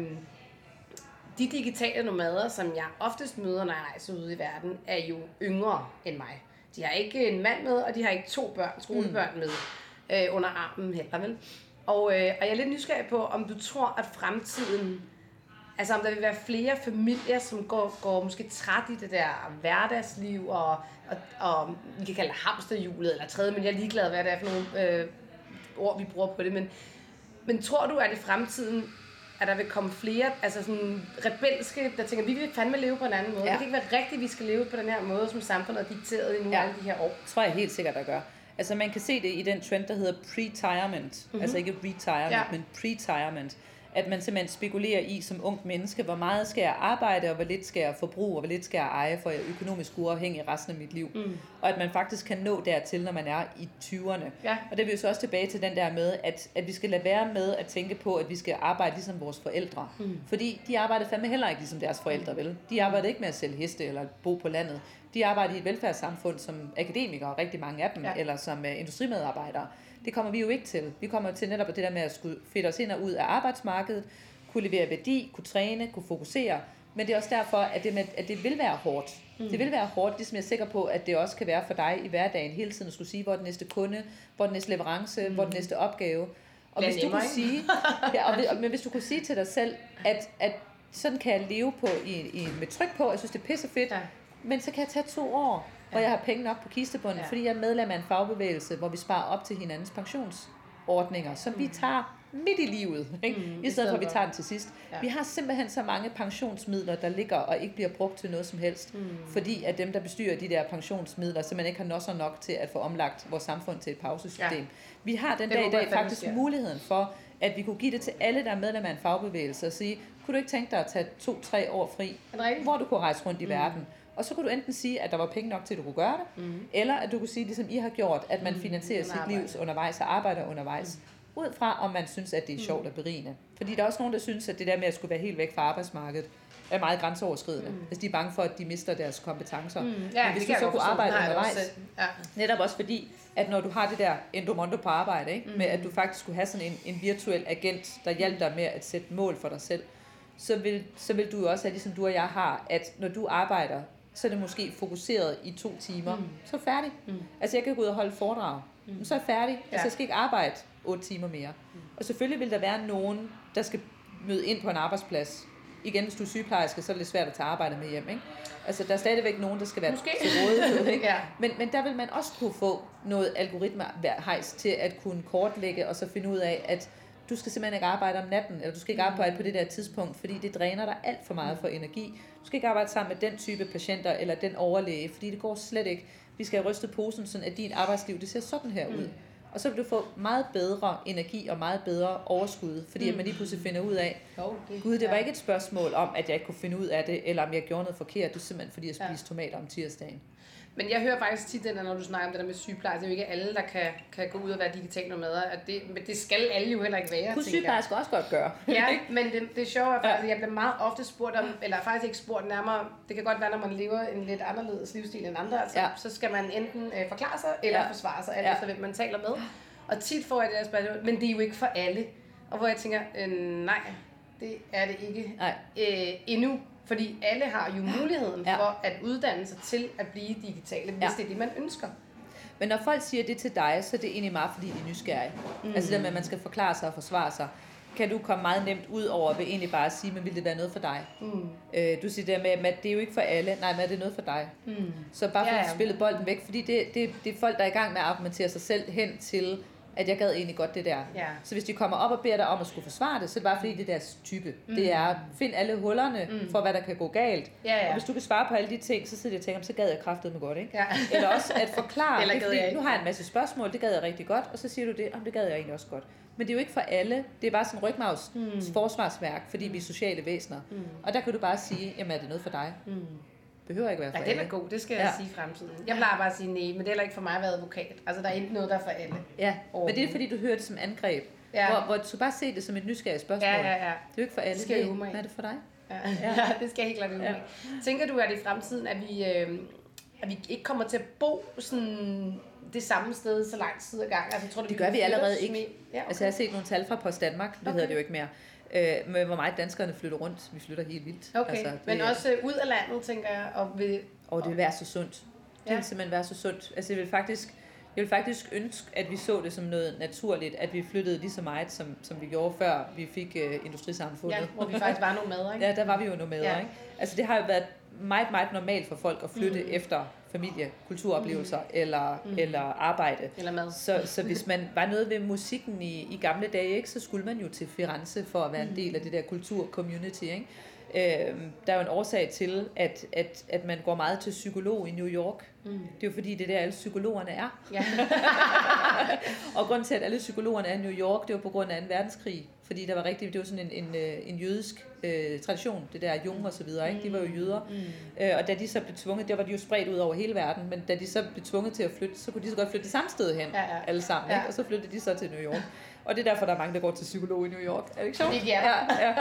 De digitale nomader, som jeg oftest møder, når jeg rejser ud i verden, er jo yngre end mig. De har ikke en mand med, og de har ikke 2 skolebørn med under armen heller, vel? Og jeg er lidt nysgerrig på, om du tror, at fremtiden, altså om der vil være flere familier, som går måske træt i det der hverdagsliv, og vi kan kalde det hamsterhjulet, eller tredje, men jeg er ligeglad, hvad det er for nogle ord, vi bruger på det. Men tror du, at i fremtiden, at der vil komme flere, altså sådan rebelske, der tænker, vi vil fandme leve på en anden måde. Ja. Det kan ikke være rigtigt, vi skal leve på den her måde, som samfundet er dikteret i nu alle de her år. Det tror jeg helt sikkert, der gør. Altså man kan se det i den trend, der hedder pre-retirement. Altså ikke retirement, men pre-retirement. at man simpelthen spekulerer i som ungt menneske, hvor meget skal jeg arbejde, og hvor lidt skal jeg forbruge, og hvor lidt skal jeg eje, for jeg er økonomisk uafhængig resten af mit liv. Og at man faktisk kan nå dertil, når man er i 20'erne. Ja. Og det vil jo så også tilbage til den der med, at vi skal lade være med at tænke på, at vi skal arbejde ligesom vores forældre. Fordi de arbejder fandme heller ikke ligesom deres forældre, vel? De arbejder ikke med at sælge heste eller bo på landet. De arbejder i et velfærdssamfund som akademikere, rigtig mange af dem, eller som industrimedarbejdere. Det kommer vi jo ikke til. Vi kommer til netop det der med at skulle fedte os ind og ud af arbejdsmarkedet, kunne levere værdi, kunne træne, kunne fokusere. Men det er også derfor, at det vil være hårdt. Det vil være hårdt, ligesom jeg er sikker på, at det også kan være for dig i hverdagen hele tiden at skulle sige, hvor er den næste kunde, hvor er den næste leverance, hvor er den næste opgave. Og hvis du kunne sige, men hvis du kunne sige til dig selv, at sådan kan jeg leve på med tryk på, jeg synes det er pissefedt, men så kan jeg tage 2 år, hvor jeg har penge nok på kistebunden, fordi jeg er medlem af en fagbevægelse, hvor vi sparer op til hinandens pensionsordninger, som vi tager midt i livet, ikke? I stedet for at vi tager den til sidst. Vi har simpelthen så mange pensionsmidler, der ligger og ikke bliver brugt til noget som helst, fordi at dem, der bestyrer de der pensionsmidler, simpelthen ikke har nosser nok til at få omlagt vores samfund til et pausesystem. Vi har den dag i dag faktisk muligheden for, at vi kunne give det til alle, der er medlem af en fagbevægelse, og sige, kunne du ikke tænke dig at tage 2-3 år fri, hvor du kunne rejse rundt i verden? Og så kunne du enten sige, at der var penge nok til, at du kunne gøre det, eller at du kunne sige, ligesom I har gjort, at man finansierer sit livs undervejs og arbejder undervejs, ud fra om man synes, at det er sjovt og berigende. Fordi der er også nogen, der synes, at det der med at skulle være helt væk fra arbejdsmarkedet, er meget grænseoverskridende. Altså de er bange for, at de mister deres kompetencer. Men hvis du så kunne arbejde undervejs, netop også fordi, at når du har det der endomondo på arbejde, ikke? Med at du faktisk skulle have sådan en virtuel agent, der hjælper dig med at sætte mål for dig selv, så vil du jo også have, ligesom du og jeg har, at når du arbejder, så er det måske fokuseret i 2 timer. Så er du færdig. Altså jeg kan gå ud og holde foredrag. Så er jeg færdig. Altså jeg skal ikke arbejde 8 timer mere. Og selvfølgelig vil der være nogen, der skal møde ind på en arbejdsplads. Igen, hvis du er sygeplejerske, så er det lidt svært at tage arbejde med hjem, ikke? Altså der er stadigvæk nogen, der skal være til rådighed, ikke? Men der vil man også kunne få noget algoritmehejs til at kunne kortlægge og så finde ud af, at du skal simpelthen ikke arbejde om natten, eller du skal ikke arbejde på det der tidspunkt, fordi det dræner dig alt for meget for energi. Du skal ikke arbejde sammen med den type patienter, eller den overlæge, fordi det går slet ikke. Vi skal have rystet posen, sådan at dit arbejdsliv, det ser sådan her ud. Og så vil du få meget bedre energi og meget bedre overskud, fordi at man lige pludselig finder ud af, gud, det var ikke et spørgsmål om, at jeg ikke kunne finde ud af det, eller om jeg gjorde noget forkert, det er simpelthen fordi, jeg spiste tomater om tirsdagen. Men jeg hører faktisk tit, når du snakker om det der med sygeplejerske, det er jo ikke alle, der kan gå ud og være digital nomader, men det skal alle jo heller ikke være. Kunne sygeplejerske også godt gøre. Ja, men det sjove er faktisk, at jeg bliver meget ofte spurgt om, eller faktisk ikke spurgt nærmere, det kan godt være, når man lever en lidt anderledes livsstil end andre, så skal man enten forklare sig, eller forsvare sig, alt efter hvem man taler med. Og tit får jeg det der spørgsmål, men det er jo ikke for alle. Og hvor jeg tænker, nej, det er det ikke endnu. Fordi alle har jo muligheden for at uddanne sig til at blive digitale, hvis det er det, man ønsker. Men når folk siger det til dig, så er det egentlig meget, fordi de er nysgerrige. Altså det med, at man skal forklare sig og forsvare sig, kan du komme meget nemt ud over ved egentlig bare at sige, men vil det være noget for dig? Du siger der med, at det er jo ikke for alle. Nej, men er det noget for dig? Så bare for at spille bolden væk, fordi det er folk, der er i gang med at argumentere sig selv hen til, at jeg gad egentlig godt det der. Så hvis de kommer op og beder dig om at skulle forsvare det, så er det bare fordi, det er deres type. Det er, find alle hullerne for, hvad der kan gå galt. Og hvis du kan svare på alle de ting, så sidder jeg og tænker, så gad jeg kraftedeme godt, ikke? Eller også at forklare, det, fordi nu har jeg en masse spørgsmål, det gad jeg rigtig godt, og så siger du det, det gad jeg egentlig også godt. Men det er jo ikke for alle, det er bare sådan rygmavs forsvarsværk, fordi vi er sociale væsener. Og der kan du bare sige, jamen er det noget for dig? Behøver ikke være for alle. Den er god, det skal jeg sige i fremtiden. Jeg plejer bare at sige nej, men det er heller ikke for mig at være advokat. Altså der er ikke noget, der er for alle. Men det er fordi, du hører det som angreb. Hvor du bare se det som et nysgerrigt spørgsmål. Det er jo ikke for alle. Det skal jeg øve mig i. Hvad er det for dig? Det skal jeg helt klart øve mig i. Tænker du, at i fremtiden, at vi ikke kommer til at bo sådan det samme sted så lang tid ad gang? Altså, tror du, det gør vi allerede ikke. Altså jeg har set nogle tal fra Post Danmark, det hedder det jo ikke mere. Med hvor meget danskerne flytter rundt. Vi flytter helt vildt. Altså, men også ud af landet, tænker jeg. Og det vil være så sundt. Det vil simpelthen være så sundt. Altså jeg vil faktisk ønske, at vi så det som noget naturligt, at vi flyttede lige så meget, som vi gjorde før vi fik industrisamfundet. Ja, hvor vi faktisk var nomader, ikke? Ja, der var vi jo nomader, ikke? Altså det har jo været meget, meget normalt for folk at flytte efter familie, kulturoplevelser eller arbejde. Eller mad. Så hvis man var noget ved musikken i gamle dage, ikke, så skulle man jo til Firenze for at være en del af det der kultur-community. Ikke? Der er jo en årsag til, at man går meget til psykolog i New York. Det er jo fordi, det er der alle psykologerne er. Ja. Og grunden til, at alle psykologerne er i New York, det var på grund af 2. verdenskrig. Fordi der var det var sådan en jødisk tradition, det der Jung og så videre, ikke? De var jo jøder. Og da de så blev tvunget, der var de jo spredt ud over hele verden, men da de så blev tvunget til at flytte, så kunne de så godt flytte det samme sted hen, alle sammen, ikke? Og så flyttede de så til New York. Og det er derfor, der er mange, der går til psykolog i New York. Er det ikke sjovt? Ja.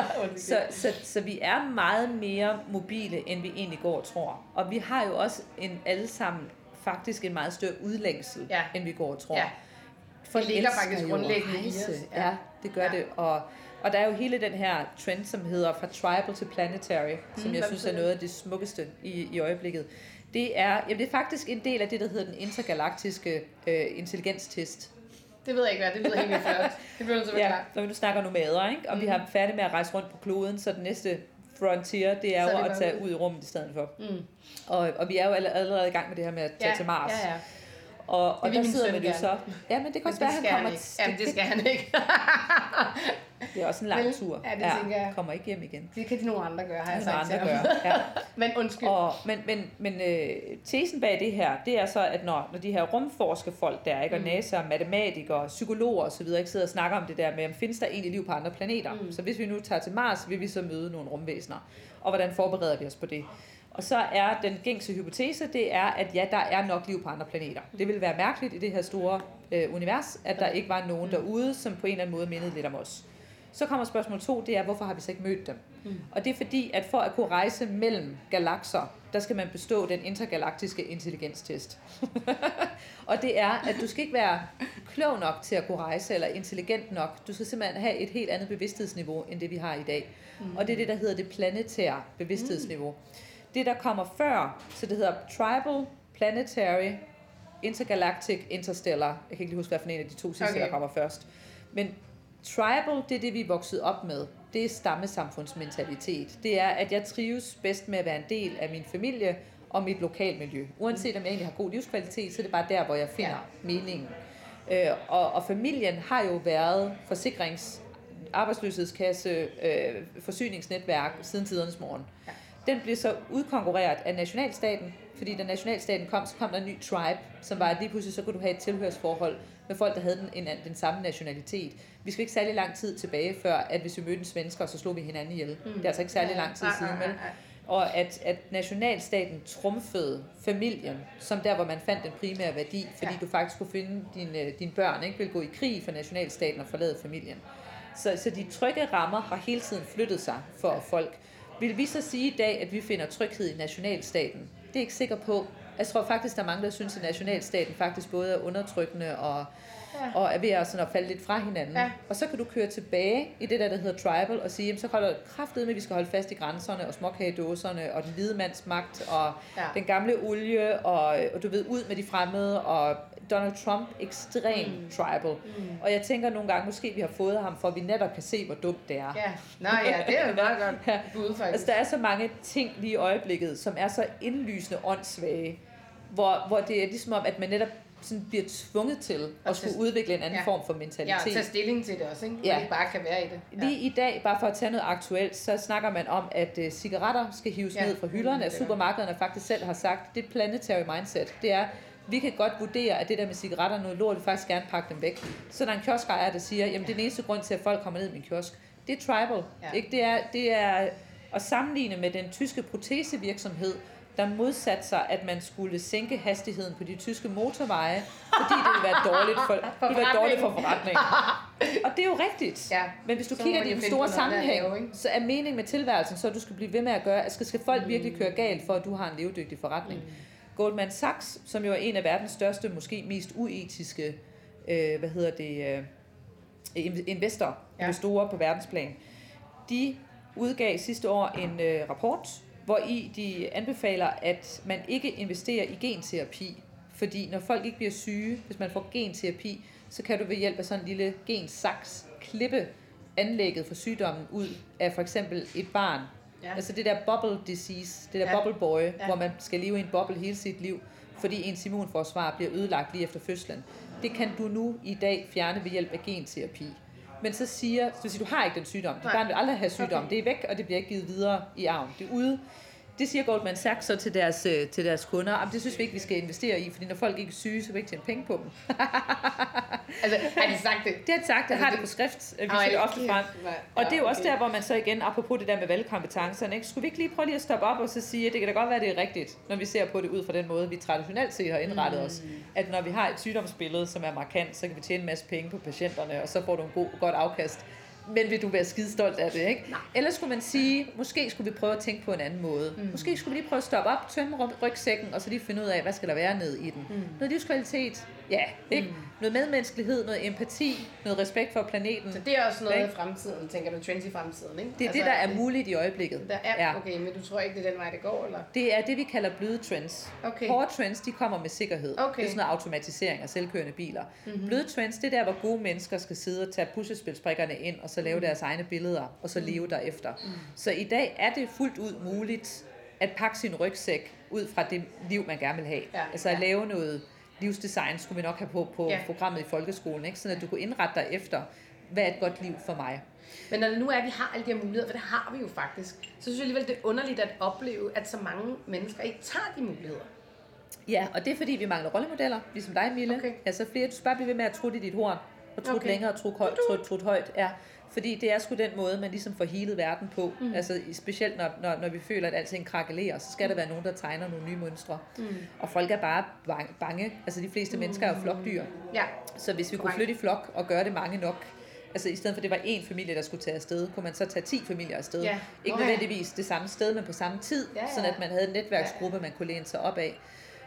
Så vi er meget mere mobile, end vi egentlig går og tror. Og vi har jo også alle sammen faktisk en meget større udlængsel, end vi går og tror. Ja. For det ligger faktisk grundlæggende i os. Ja, det gør det. Og der er jo hele den her trend, som hedder fra tribal til planetary, som jeg synes er noget af det smukkeste i øjeblikket. Det er faktisk en del af det, der hedder den intergalaktiske intelligenstest. Det ved jeg ikke hvad, det lyder helt vildt flot. Det bliver så klart. Så nu snakker nomader, ikke? Og vi har færdig med at rejse rundt på kloden, så den næste frontier, det er jo at tage ud i rummet i stedet for. Og vi er jo allerede i gang med det her med at tage til Mars. Ja. Og der sidder man jo så. Ja, men det kan også være, han kommer til. Jamen, det skal han ikke. Det er også en lang tur. Ja, det tænker jeg. Kommer ikke hjem igen. Det kan de nogle andre gøre, har jeg sagt til ham. Ja. Men undskyld. Men tesen bag det her, det er så, at når de her rumforskerfolk der, ikke, og NASA, matematikere, psykologer osv., ikke sidder og snakker om det der med, om findes der egentlig liv på andre planeter. Så hvis vi nu tager til Mars, vil vi så møde nogle rumvæsener. Og hvordan forbereder vi os på det? Og så er den gængse hypotese, det er, at ja, der er nok liv på andre planeter. Det ville være mærkeligt i det her store univers, at der ikke var nogen derude, som på en eller anden måde mindede lidt om os. Så kommer spørgsmål 2, det er, hvorfor har vi så ikke mødt dem? Og det er fordi, at for at kunne rejse mellem galakser, der skal man bestå den intergalaktiske intelligenstest. Og det er, at du skal ikke være klog nok til at kunne rejse, eller intelligent nok. Du skal simpelthen have et helt andet bevidsthedsniveau, end det vi har i dag. Og det er det, der hedder det planetære bevidsthedsniveau. Det, der kommer før, så det hedder Tribal, Planetary, Intergalactic, Interstellar. Jeg kan ikke lige huske, hvad for en af de to sidste, der kommer først. Men Tribal, det er det, vi er vokset op med. Det er stammesamfundsmentalitet. Det er, at jeg trives bedst med at være en del af min familie og mit lokalmiljø. Uanset om jeg egentlig har god livskvalitet, så er det bare der, hvor jeg finder meningen. Og familien har jo været arbejdsløshedskasse, forsyningsnetværk siden tidernes morgen. Den blev så udkonkurreret af nationalstaten, fordi da nationalstaten kom, så kom der en ny tribe, som var, at lige pludselig så kunne du have et tilhørsforhold med folk, der havde den samme nationalitet. Vi skal ikke særlig lang tid tilbage, før at hvis vi mødte en svensker, så slog vi hinanden ihjel. Det er altså ikke særlig lang tid siden, vel? Og at nationalstaten trumfede familien, som der, hvor man fandt den primære værdi, fordi du faktisk kunne finde dine børn, ikke vil gå i krig for nationalstaten og forlade familien. Så de trygge rammer har hele tiden flyttet sig for folk. Vil vi så sige i dag, at vi finder tryghed i nationalstaten? Det er ikke sikker på. Jeg tror faktisk, der er mange, der synes, at nationalstaten faktisk både er undertrykkende og er ved at falde lidt fra hinanden. Ja. Og så kan du køre tilbage i det der hedder tribal, og sige, jamen, så holder kraftet med, at vi skal holde fast i grænserne, og småkagedåserne, og den hvide mands magt, og den gamle olie, og du ved, ud med de fremmede, og Donald Trump, ekstrem tribal. Og jeg tænker nogle gange, måske vi har fået ham, for at vi netop kan se, hvor dumt det er. Ja, det er jo meget godt bud, faktisk. Altså, der er så mange ting lige i øjeblikket, som er så indlysende åndssvage, hvor det er ligesom om, at man netop sådan bliver tvunget til at skulle udvikle en anden form for mentalitet. Ja, og tage stilling til det også, ikke? Man ikke bare kan være i det. Lige i dag, bare for at tage noget aktuelt, så snakker man om, at cigaretter skal hives ned fra hylderne, at supermarkederne faktisk selv har sagt, det planetary mindset, det er, vi kan godt vurdere, at det der med cigaretter er noget lort, vi faktisk gerne pakke dem væk. Så der er en kioskejer, der siger, jamen det er den eneste grund til, at folk kommer ned i min kiosk. Det er tribal. Ikke? Det er at sammenligne med den tyske protesevirksomhed, der modsatte sig, at man skulle sænke hastigheden på de tyske motorveje, fordi det ville være dårligt for forretningen. Og det er jo rigtigt. Ja. Men hvis du kigger i den store sammenhæng, så er meningen med tilværelsen, så du skal blive ved med at gøre, at skal folk virkelig køre galt, for at du har en levedygtig forretning. Goldman Sachs, som jo er en af verdens største, måske mest uetiske, investorer på verdensplan, de udgav sidste år en rapport, hvor i de anbefaler, at man ikke investerer i genterapi, fordi når folk ikke bliver syge, hvis man får genterapi, så kan du ved hjælp af sådan en lille gensaks klippe anlægget for sygdommen ud af for eksempel et barn Ja. Altså det der bubble disease, det der bubble boy, hvor man skal leve i en boble hele sit liv, fordi ens immunforsvar bliver ødelagt lige efter fødslen. Det kan du nu i dag fjerne ved hjælp af genterapi. Men så siger du har ikke den sygdom. Dit barn vil aldrig have sygdom. Okay. Det er væk, og det bliver ikke givet videre i arven. Det er ude. Det siger Goldman Sachs så til deres kunder. Jamen, det synes vi ikke, vi skal investere i, fordi når folk ikke er syge, så vil vi ikke tjene penge på dem. Altså, har de sagt det? Det har de sagt, det har det på skrift. Vi ser det ofte frem. Og det er jo også der, hvor man så igen, apropos det der med valgkompetencerne, ikke? Skulle vi ikke lige prøve lige at stoppe op og så sige, at det kan da godt være, det er rigtigt, når vi ser på det ud fra den måde, vi traditionelt set har indrettet os. At når vi har et sygdomsbillede, som er markant, så kan vi tjene en masse penge på patienterne, og så får du en godt afkast. Men vil du være skidestolt af det, ikke? Nej. Eller skulle man sige, måske skulle vi prøve at tænke på en anden måde. Måske skulle vi lige prøve at stoppe op, tømme rygsækken, og så lige finde ud af, hvad skal der være ned i den. Noget livskvalitet, ikke? Noget medmenneskelighed, noget empati, noget respekt for planeten. Så det er også noget i fremtiden, tænker du, trends i fremtiden, ikke? Det er altså, det, der er muligt i øjeblikket. Der er, okay, men du tror ikke, det er den vej, det går, eller? Det er det, vi kalder bløde trends. Okay. Hårde trends, de kommer med sikkerhed. Okay. Det er sådan noget automatisering af selvkørende biler. Bløde trends, det er der, hvor gode mennesker skal sidde og tage puslespilsbrikkerne ind, og så lave deres egne billeder, og så leve derefter. Så i dag er det fuldt ud muligt at pakke sin rygsæk ud fra det liv, man gerne vil have. Ja. Altså at lave noget livsdesign, skulle vi nok have på programmet i folkeskolen, ikke? Sådan at du kunne indrette dig efter, hvad er et godt liv for mig. Men når det nu er, at vi har alle de her muligheder, for det har vi jo faktisk, så synes jeg alligevel, det er underligt at opleve, at så mange mennesker ikke tager de muligheder. Ja, og det er fordi, vi mangler rollemodeller, ligesom dig, Mille. Okay. Altså flere, du skal bare blive ved med at trutte i dit horn, og trutte længere, og trutte højt. Ja. Fordi det er sgu den måde, man ligesom får healet verden på. Altså specielt når vi føler, at alting krakelerer, så skal der være nogen, der tegner nogle nye mønstre. Og folk er bare bange. Altså de fleste mennesker er jo flokdyr. Ja. Så hvis vi kunne flytte i flok og gøre det mange nok, altså i stedet for det var én familie, der skulle tage afsted, kunne man så tage 10 familier afsted. Ja. Ikke nødvendigvis det samme sted, men på samme tid, sådan at man havde en netværksgruppe, man kunne læne sig op af.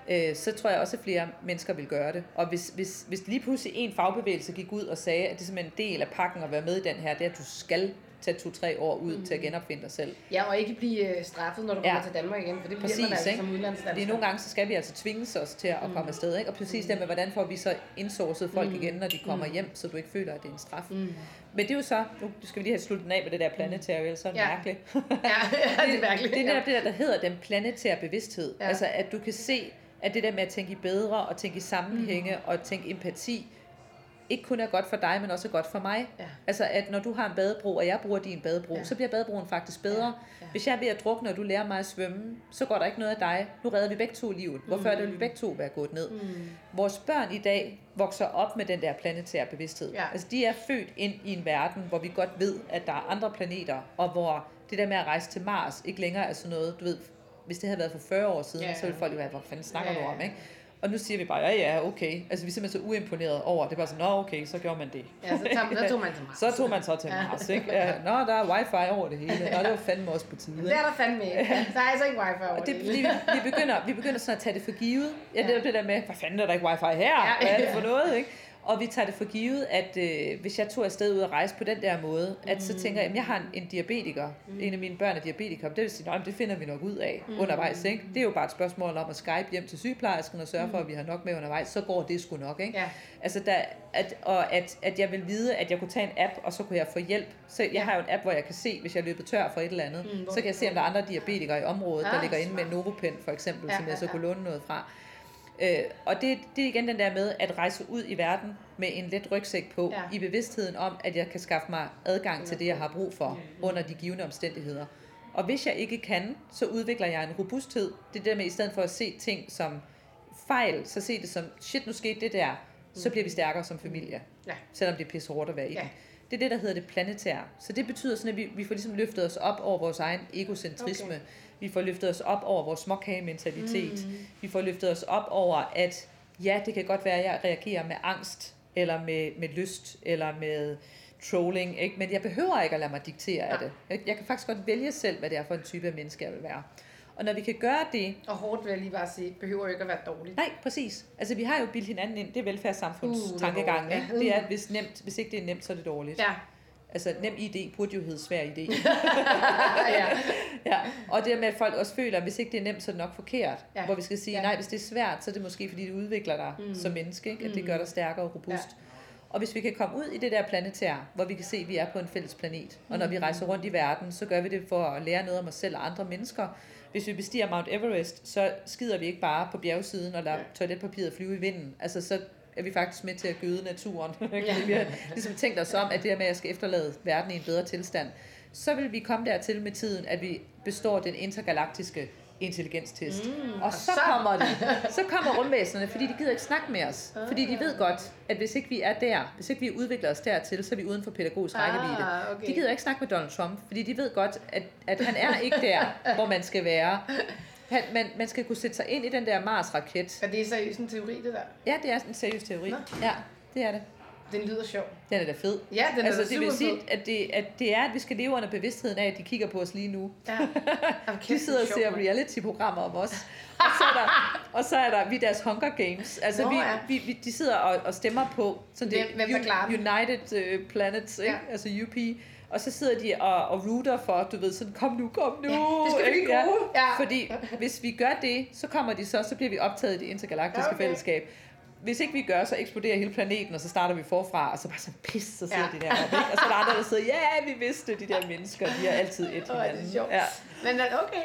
Så tror jeg også, at flere mennesker vil gøre det. Og hvis lige pludselig en fagbevægelse gik ud og sagde, at det er simpelthen en del af pakken at være med i den her, det er, at du skal tage 2-3 år ud til at genopfinde dig selv. Ja, og ikke blive straffet, når du kommer til Danmark igen, for det bliver man altså som udlandsdansker. Det er nogle gange, så skal vi altså tvinges os til at komme afsted, ikke? Og præcis det med, hvordan får vi så indsourcet folk igen, når de kommer hjem, så du ikke føler, at det er en straf. Men det er jo så, nu skal vi lige have sluttet af med det der planetære, ellers så er det mærkeligt. Det er mærkeligt. Det er det der hedder den planetære bevidsthed. Altså, at du kan se, at det der med at tænke i bedre, og tænke i sammenhænge, og tænke empati, ikke kun er godt for dig, men også er godt for mig. Ja. Altså, at når du har en badebro, og jeg bruger din badebro, så bliver badebroen faktisk bedre. Ja. Hvis jeg er ved at drukne, og du lærer mig at svømme, så går der ikke noget af dig. Nu redder vi begge to livet. Hvorfor er det, vi begge to være gået ned? Vores børn i dag vokser op med den der planetære bevidsthed. Ja. Altså, de er født ind i en verden, hvor vi godt ved, at der er andre planeter, og hvor det der med at rejse til Mars ikke længere er sådan noget, du ved, hvis det havde været for 40 år siden, så ville folk jo være, hvor fanden snakker du om, ikke? Og nu siger vi bare, ja, okay. Altså, vi er simpelthen så uimponeret over, det er bare sådan, okay, så gjorde man det. Ja, så tog man til Mars. Så tog man så til Mars, ikke? Ja, der er wifi over det hele. Det var fandme også på tide. Det er der fandme ikke. Der er altså ikke wifi over det hele. Vi begynder sådan at tage det for givet. Ja, det der med, hvad fanden er der ikke wifi her? Hvad er det for noget, ikke? Og vi tager det for givet, at hvis jeg tog afsted ud og rejse på den der måde, at så tænker jeg, at jeg har en diabetiker, en af mine børn er diabetiker, det vil sige, det finder vi nok ud af undervejs, ikke? Det er jo bare et spørgsmål om at Skype hjem til sygeplejersken og sørge for, at vi har nok med undervejs, så går det sgu nok, ikke? Ja. Altså, at jeg vil vide, at jeg kunne tage en app, og så kunne jeg få hjælp. Så jeg har jo en app, hvor jeg kan se, hvis jeg løber tør for et eller andet, så kan jeg se, om der er andre diabetikere i området, der ligger inde med Novopen for eksempel, som jeg så kunne låne noget fra. Og det er igen den der med at rejse ud i verden med en let rygsæk på, i bevidstheden om, at jeg kan skaffe mig adgang til det, jeg har brug for under de givne omstændigheder. Og hvis jeg ikke kan, så udvikler jeg en robusthed. Det er der med, i stedet for at se ting som fejl, så se det som, shit, nu skete det der, så bliver vi stærkere som familie, selvom det er pisse hårdt at være i det. Det er det, der hedder det planetære. Så det betyder sådan, at vi får ligesom løftet os op over vores egen egocentrisme. Okay. Vi får løftet os op over vores småkagementalitet. Vi får løftet os op over, at ja, det kan godt være, at jeg reagerer med angst, eller med lyst, eller med trolling, ikke? Men jeg behøver ikke at lade mig diktere af det. Jeg kan faktisk godt vælge selv, hvad det er for en type af menneske, jeg vil være. Og når vi kan gøre det... Og hårdt vil jeg lige bare sige, behøver ikke at være dårligt. Nej, præcis. Altså vi har jo bildt hinanden ind, det er velfærdssamfundstankegangen. Det er, at hvis ikke det er nemt, så er det dårligt. Ja. Altså nem idé burde jo hedde svær idé. Ja. Og det med, at folk også føler, at hvis ikke det er nemt, så er det nok forkert. Ja. Hvor vi skal sige, nej, hvis det er svært, så er det måske, fordi det udvikler dig som menneske. Ikke? At det gør dig stærkere og robust. Ja. Og hvis vi kan komme ud i det der planetær, hvor vi kan se, at vi er på en fælles planet, og når vi rejser rundt i verden, så gør vi det for at lære noget om os selv og andre mennesker. Hvis vi bestiger Mount Everest, så skider vi ikke bare på bjergsiden og lader toiletpapiret flyve i vinden. Altså så er vi faktisk med til at gøde naturen. Vi har ligesom tænkt os om, at det her med, at jeg skal efterlade verden i en bedre tilstand. Så vil vi komme dertil med tiden, at vi består den intergalaktiske intelligenstest. Og så kommer rumvæsenerne, fordi de gider ikke snakke med os. Fordi de ved godt, at hvis ikke vi er der, hvis ikke vi udvikler os dertil, så er vi uden for pædagogisk rækkevidde. Okay. De gider ikke snakke med Donald Trump, fordi de ved godt, at han er ikke der, hvor man skal være. Man skal kunne sætte sig ind i den der Mars-raket. Er det seriøst en teori, det der? Ja, det er en seriøs teori. Nå. Ja, det er det. Den lyder sjov. Den er da fed. Ja, den er da det super vil sige, fed. at det er, at vi skal leve under bevidstheden af, at de kigger på os lige nu. Ja. De sidder og ser reality-programmer om os. Og så er der vi deres Hunger Games. Altså de sidder og stemmer på sådan United Planets, ikke? Altså UP. Og så sidder de og rooter for, du ved, sådan, kom nu. Ja, det skal blive gode. Ja. Fordi hvis vi gør det, så kommer de så bliver vi optaget i det intergalaktiske fællesskab. Hvis ikke vi gør, så eksploderer hele planeten, og så starter vi forfra, og så bare sådan pis, så sidder de deroppe, ikke? Og så er der andre, der sidder, vi vidste, de der mennesker, de har altid et hinanden. Det er sjovt. Ja. Men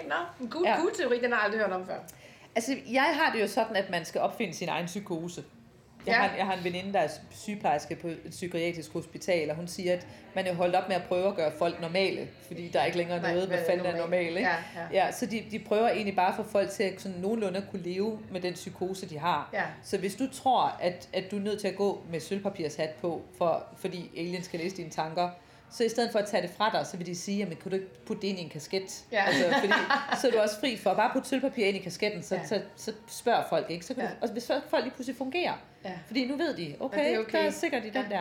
en god teori, den har jeg aldrig hørt om før. Altså, jeg har det jo sådan, at man skal opfinde sin egen psykose. Jeg har en veninde, der er sygeplejerske på et psykiatrisk hospital, og hun siger, at man er holdt op med at prøve at gøre folk normale, fordi der er ikke længere noget, hvad fanden er normalt, ikke? Ja, så de prøver egentlig bare at få folk til at sådan nogenlunde kunne leve med den psykose, de har. Ja. Så hvis du tror, at du er nødt til at gå med sølvpapirshat på, fordi aliens skal læse dine tanker, så i stedet for at tage det fra dig, så vil de sige, jamen kunne du ikke putte det ind i en kasket? Ja. Altså, fordi, så er du også fri for at bare putte sølvpapir ind i kasketten, så spørger folk ikke. Så kan du, og hvis folk lige pludselig fungerer, fordi nu ved de, okay, der er sikkert i den der.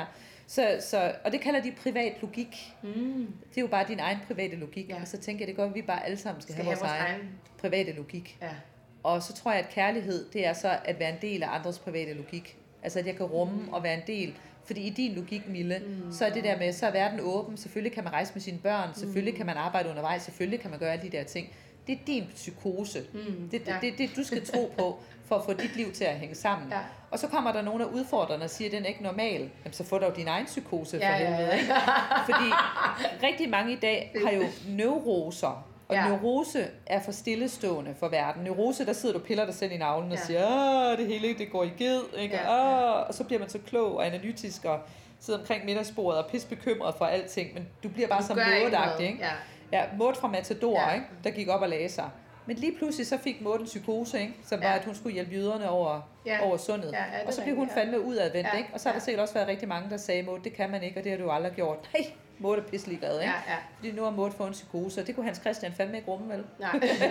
Så, og det kalder de privat logik. Det er jo bare din egen private logik. Og så tænker jeg, det går, at vi bare alle sammen skal have vores egen private logik. Ja. Og så tror jeg, at kærlighed, det er så at være en del af andres private logik. Altså at jeg kan rumme og være en del. Fordi i din logik, Mille, så er det der med, så er verden åben, selvfølgelig kan man rejse med sine børn, selvfølgelig kan man arbejde undervejs, selvfølgelig kan man gøre alle de der ting. Det er din psykose. Det er det, du skal tro på, for at få dit liv til at hænge sammen. Ja. Og så kommer der nogen af udfordrerne og siger, at den er ikke normal. Jamen, så får du jo din egen psykose for helvede, ikke? Fordi rigtig mange i dag har jo neuroser. Og neurose er for stillestående for verden. Neurose, der sidder du og piller dig selv i navlen og siger, det hele det går i ged, ikke? Og så bliver man så klog og analytisk og sidder omkring middagsbordet og pisbekymret for alting, men du bliver bare så Maud-agtig, ikke? Ja, Maud fra Matador, ikke? Der gik op og lagde sig. Men lige pludselig så fik Maud en psykose, ikke? Som var, at hun skulle hjælpe jyderne over sundet. Og så blev hun fandme udadvendt, ikke? Og så har der sikkert også været rigtig mange, der sagde, Maud, det kan man ikke, og det har du aldrig gjort. Nej, Maud er pisselig glad, ikke? Fordi nu har Maud fået en psykose, og det kunne Hans Christian fandme ikke rumme, vel? Nej.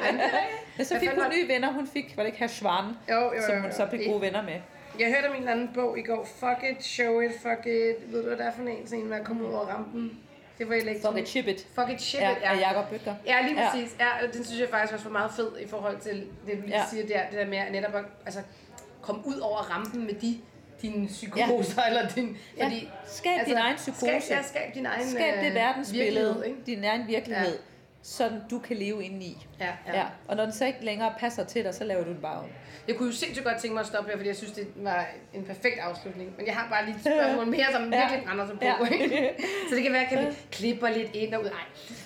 Men så fik hun nye venner, hun fik, var det ikke Herr Schwan, som hun så blev gode venner med. Jeg hørte om en anden bog i går, Fuck It, Show It, Fuck It, ved du hvad der er for en, sådan en, der kommer ud over rampen? Det var Fuck It, Ship It. Fuck It, Ship It, af Jacob Bødker. Ja, lige præcis. Ja, den synes jeg faktisk også var meget fed i forhold til det, du lige siger der, det der med at netop at komme ud over rampen med dine psykoser, eller din... Fordi, skab din egen psykose. Skab din egen skab det verdensbillede, din egen virkelighed, sådan du kan leve indeni. Ja. Og når den så ikke længere passer til dig, så laver du den bare om. Jeg kunne jo sindssygt godt tænke mig at stoppe her, fordi jeg synes, det var en perfekt afslutning. Men jeg har bare lige et spørgsmål mere, som virkelig brænder sig på. Så det kan være, at vi klipper lidt ind og ud.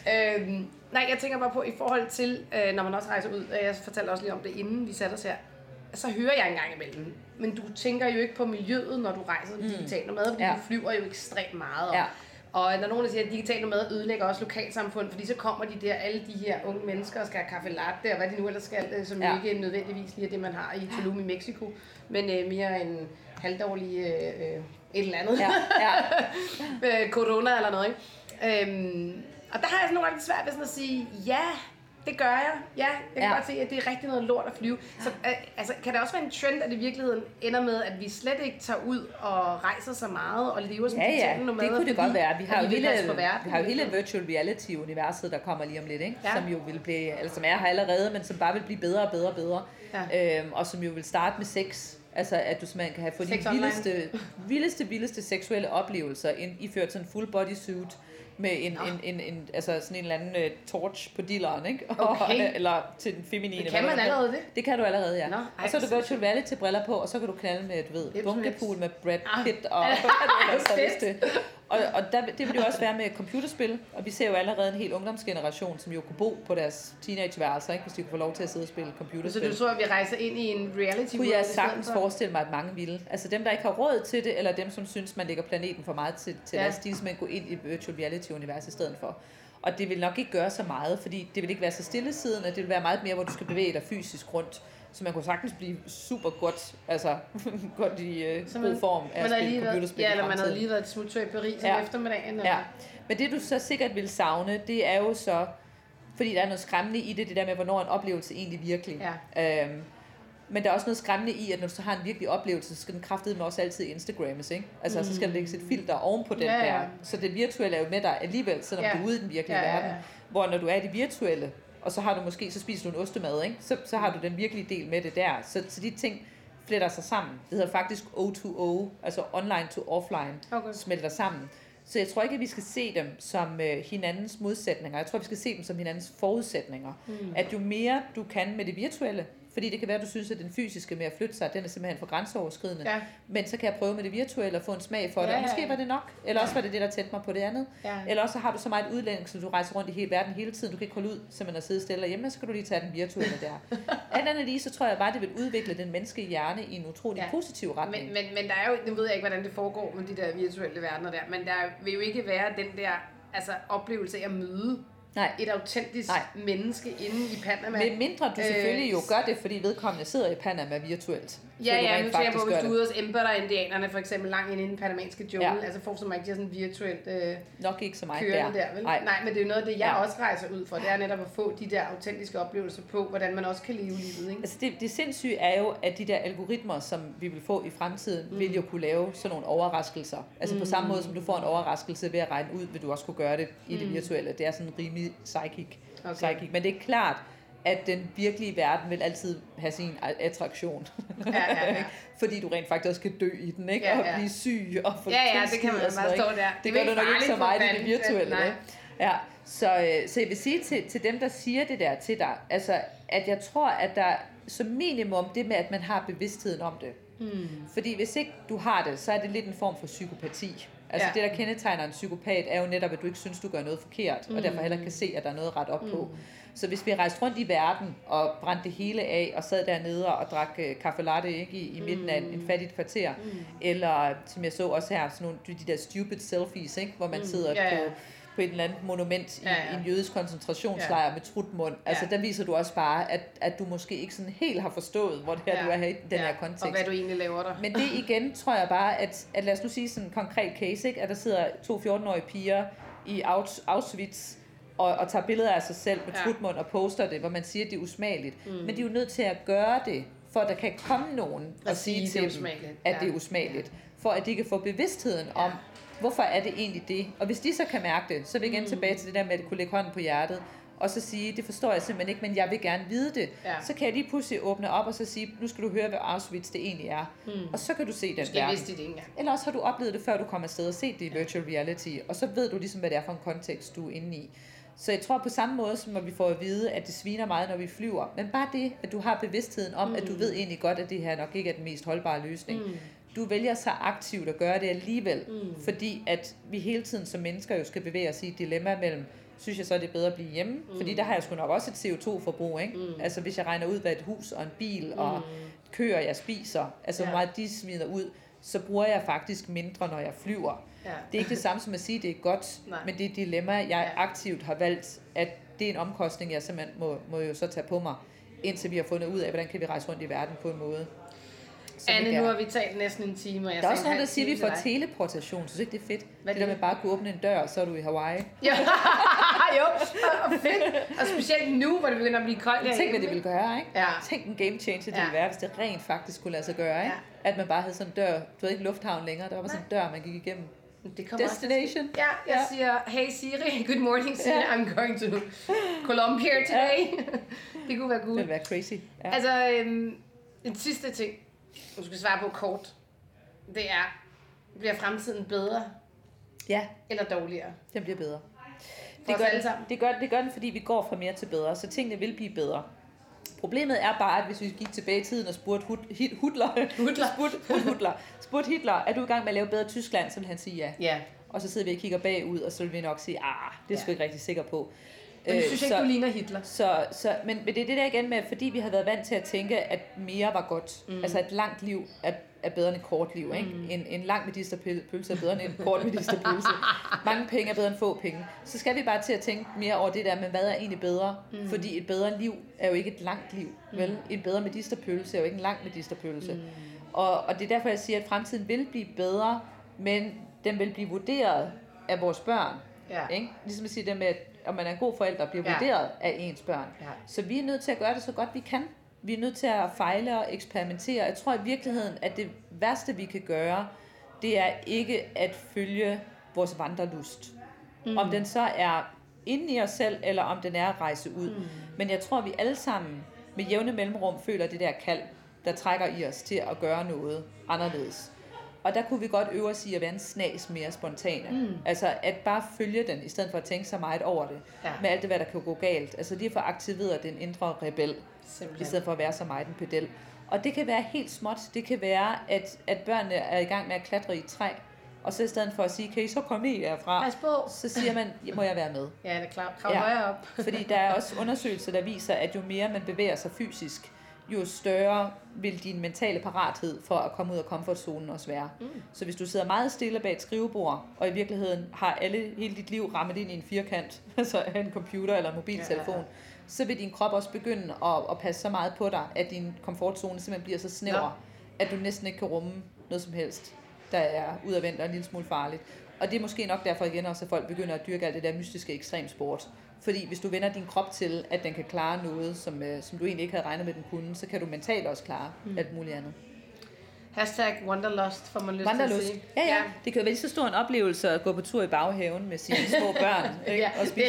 Nej, jeg tænker bare på, i forhold til, når man også rejser ud, jeg fortalte også lige om det, inden vi satte os her, så hører jeg engang imellem. Men du tænker jo ikke på miljøet, når du rejser digitalt nomad, fordi du flyver jo ekstremt meget. Og når nogen siger, at digital nomad ødelægger også lokalsamfund, fordi så kommer de der, alle de her unge mennesker og skal have kaffe latte, og hvad de nu ellers skal, som jo ikke nødvendigvis lige er det, man har i Tulum i Mexico, men mere en halvdårlig et eller andet. Corona eller noget, ikke? Og der har jeg sådan nogle gange svært ved sådan at sige, ja, det gør jeg. Ja, jeg kan godt se, at det er rigtig noget lort at flyve. Så altså, kan det også være en trend, at det i virkeligheden ender med, at vi slet ikke tager ud og rejser så meget og lever som digitale nomader? Det kunne det godt være. Vi har jo hele virtual reality-universet, der kommer lige om lidt, ikke? Som jo vil blive, eller som er her allerede, men som bare vil blive bedre og bedre og bedre. Og som jo vil starte med sex. Altså, at du simpelthen kan have fået de vildeste seksuelle oplevelser iført sådan en full bodysuit med altså sådan en eller anden torch på dilleren, ikke? Okay. Eller til den feminine. Det kan man allerede det? Det kan du allerede, ja. Og så er du virtual reality briller på, og så kan du knalde med et bunkepool med Brad Pitt og hvad du ellers har lyst til. Og det vil jo også være med computerspil, og vi ser jo allerede en hel ungdomsgeneration, som jo kunne bo på deres teenageværelser, ikke, hvis de kunne få lov til at sidde og spille computerspil. Så du tror, at vi rejser ind i en reality? Kunne jeg sagtens forestille mig, at mange ville. Altså dem, der ikke har råd til det, eller dem, som synes, man lægger planeten for meget til deres de simpelthen gå ind i virtual reality-univers i stedet for. Og det vil nok ikke gøre så meget, fordi det vil ikke være så stillesiddende, det vil være meget mere, hvor du skal bevæge dig fysisk rundt. Så man kunne sagtens blive super godt, altså godt i god form af at spille computerspil. Ja, eller man havde lige været et smuttur i Paris om eftermiddagen. Eller? Ja, men det du så sikkert vil savne, det er jo så, fordi der er noget skræmmende i det der med, hvornår en oplevelse egentlig virkelig. Ja. Men der er også noget skræmmende i, at når du så har en virkelig oplevelse, så skal den kraftedeme også altid Instagrammes, ikke? Altså så skal der lægges et filter oven på den der. Så det virtuelle er jo med dig alligevel, selvom du er ude i den virkelige verden. Hvor når du er i det virtuelle, og så har du måske, så spiser du en ostemad, ikke? Så har du den virkelige del med det der. Så de ting fletter sig sammen. Det hedder faktisk O2O, altså online to offline, smelter sammen. Så jeg tror ikke, at vi skal se dem som hinandens modsætninger. Jeg tror, vi skal se dem som hinandens forudsætninger. At jo mere du kan med det virtuelle, fordi det kan være, at du synes, at den fysiske med at flytte sig, den er simpelthen for grænseoverskridende. Ja. Men så kan jeg prøve med det virtuelle og få en smag for det. Og måske var det nok. Eller også var det det, der tændte mig på det andet. Ja. Eller også har du så meget udlænding, så du rejser rundt i hele verden hele tiden. Du kan ikke holde ud simpelthen at sidde stille hjemme, så kan du lige tage den virtuelle der. Alt andet lige, så tror jeg bare, det vil udvikle den menneskelige hjerne i en utrolig positiv retning. Men der er jo, nu ved jeg ikke, hvordan det foregår med de der virtuelle verdener der, men der vil jo ikke være den der oplevelse af at møde et autentisk menneske inde i Panama. Med mindre du selvfølgelig jo gør det, fordi vedkommende sidder i Panama virtuelt. Ja, nu tænker jeg på, hvis du er ude hos Embedder-indianerne, for eksempel langt inde i den panamanske jungle, altså forstår man ikke, de har sådan virtuelt nok ikke så meget der vel? Nej, men det er jo noget af det, jeg også rejser ud for, det er netop at få de der autentiske oplevelser på, hvordan man også kan leve livet, ikke? Altså det sindssyge er jo, at de der algoritmer, som vi vil få i fremtiden, vil jo kunne lave sådan nogle overraskelser. Altså på samme måde, som du får en overraskelse ved at regne ud, vil du også kunne gøre det i det virtuelle. Det er sådan rimelig psychic. Men det er klart, at den virkelige verden vil altid have sin attraktion. Fordi du rent faktisk også kan dø i den, ikke? Og blive syg og få det kan man bare stå der. Det gør du nok ikke så meget i det virtuelle. Ja. Så jeg vil sige til dem, der siger det der til dig, altså, at jeg tror, at der som minimum det med, at man har bevidstheden om det. Fordi hvis ikke du har det, så er det lidt en form for psykopati. Altså det, der kendetegner en psykopat, er jo netop, at du ikke synes, du gør noget forkert, og derfor heller kan se, at der er noget ret op på. Så hvis vi rejste rundt i verden og brændte det hele af, og sad dernede og drak kaffe latte, ikke, i midten af en fattigt kvarter, eller som jeg så også her, sådan nogle de der stupid selfies, ikke, hvor man sidder på et eller andet monument i en jødisk koncentrationslejr med trutmund. Altså der viser du også bare, at du måske ikke sådan helt har forstået, hvor det her du er her i den her kontekst. Og hvad du egentlig laver der. Men det igen, tror jeg bare, at lad os nu sige sådan en konkret case, ikke, at der sidder 2 14-årige piger i Auschwitz, og tager billeder af sig selv med trutmund og poster det, hvor man siger, at det er usmageligt. Men de er jo nødt til at gøre det, for at der kan komme nogen og sige til dem, at det er usmageligt. For at de kan få bevidstheden om, hvorfor er det egentlig det? Og hvis de så kan mærke det, så er vi igen tilbage til det der med at kunne lægge hånden på hjertet, og så sige, det forstår jeg simpelthen ikke, men jeg vil gerne vide det. Så kan jeg lige pludselig åbne op og så sige, nu skal du høre, hvad Auschwitz det egentlig er. Og så kan du se den verden. Eller også har du oplevet det, før du kommer afsted og set det i virtual reality, og så ved du ligesom, hvad det er for en kontekst, du er inde i. Så jeg tror på samme måde, som at vi får at vide, at det sviner meget, når vi flyver. Men bare det, at du har bevidstheden om, at du ved egentlig godt, at det her nok ikke er den mest holdbare løsning. Du vælger så aktivt at gøre det alligevel, fordi at vi hele tiden som mennesker jo skal bevæge os i et dilemma mellem, synes jeg så, det er bedre at blive hjemme, fordi der har jeg sgu nok også et CO2-forbrug, ikke? Altså hvis jeg regner ud, hvad et hus og en bil og køer, jeg spiser, altså hvor meget de smider ud, så bruger jeg faktisk mindre, når jeg flyver. Det er ikke det samme som at sige, at det er godt, men det er et dilemma, jeg aktivt har valgt, at det er en omkostning, jeg simpelthen må jo så tage på mig, indtil vi har fundet ud af, hvordan kan vi rejse rundt i verden på en måde. Anne, nu har vi talt næsten en time. Og der er også nogen, der siger, at vi får teleportation. Synes ikke, det er fedt? Det der med bare at kunne åbne en dør, og så er du i Hawaii. Jo, og fedt. Og specielt nu, hvor det begynder at blive koldt. Tænk, hvad det ville gøre, ikke? Tænk en game changer, det ville være, hvis det rent faktisk kunne lade sig gøre, ikke? At man bare havde sådan en dør. Du havde ikke lufthavn længere, der var bare sådan en dør, man gik igennem. Destination. Jeg siger, hey Siri, good morning Siri, I'm going to Colombia today. Det kunne være cool. Det ville være crazy. Altså, en sidste ting, du skal svare på kort, det er, bliver fremtiden bedre? Eller dårligere? Den bliver bedre. Det gør den, fordi vi går fra mere til bedre, så tingene vil blive bedre. Problemet er bare, at hvis vi gik tilbage i tiden og spurgte Hitler, er du i gang med at lave bedre Tyskland, så vil han sige ja. Ja. Og så sidder vi og kigger bagud, og så vil vi nok sige, det er sgu ikke rigtig sikker på. Men jeg synes ikke, du ligner Hitler. Men det er det der igen med, fordi vi har været vant til at tænke, at mere var godt. Altså et langt liv er bedre end et kort liv. Ikke? En lang medisterpølse er bedre end en kort medisterpølse. Mange penge er bedre end få penge. Så skal vi bare til at tænke mere over det der med, hvad er egentlig bedre? Fordi et bedre liv er jo ikke et langt liv. Vel? En bedre medisterpølse er jo ikke en lang medisterpølse. Og det er derfor, jeg siger, at fremtiden vil blive bedre, men den vil blive vurderet af vores børn. Ja. Ikke? Ligesom at sige det med, at om man er en god forælder, bliver vurderet af ens børn. Ja. Så vi er nødt til at gøre det så godt vi kan. Vi er nødt til at fejle og eksperimentere. Jeg tror i virkeligheden, at det værste vi kan gøre, det er ikke at følge vores vandrelust. Om den så er inde i os selv, eller om den er at rejse ud. Men jeg tror, vi alle sammen med jævne mellemrum føler det der kald, der trækker i os til at gøre noget anderledes. Og der kunne vi godt øve os i at være en snas mere spontane. Altså at bare følge den, i stedet for at tænke så meget over det. Ja. Med alt det, hvad der kan gå galt. Altså lige at få aktiveret den indre rebel, i stedet for at være så meget en pedel. Og det kan være helt småt. Det kan være, at børnene er i gang med at klatre i et træ. Og så i stedet for at sige, kan I så komme i herfra? Så siger man, må jeg være med? Ja, det er klart. Krav højere op. Fordi der er også undersøgelser, der viser, at jo mere man bevæger sig fysisk, jo større vil din mentale parathed for at komme ud af komfortzonen også være. Så hvis du sidder meget stille bag et skrivebord, og i virkeligheden har hele dit liv rammet ind i en firkant, altså en computer eller en mobiltelefon, så vil din krop også begynde at passe så meget på dig, at din komfortzone simpelthen bliver så snæver, at du næsten ikke kan rumme noget som helst, der er udadvendt og en lille smule farligt. Og det er måske nok derfor igen også, at folk begynder at dyrke alt det der mystiske ekstremsport. Fordi hvis du vender din krop til, at den kan klare noget, som du egentlig ikke havde regnet med, den kunne, så kan du mentalt også klare alt muligt andet. #Wanderlust får man lyst Wanderlust. Til at sige. Ja. Det kan jo være så stor en oplevelse at gå på tur i baghaven med sine små børn. Ikke? Og spise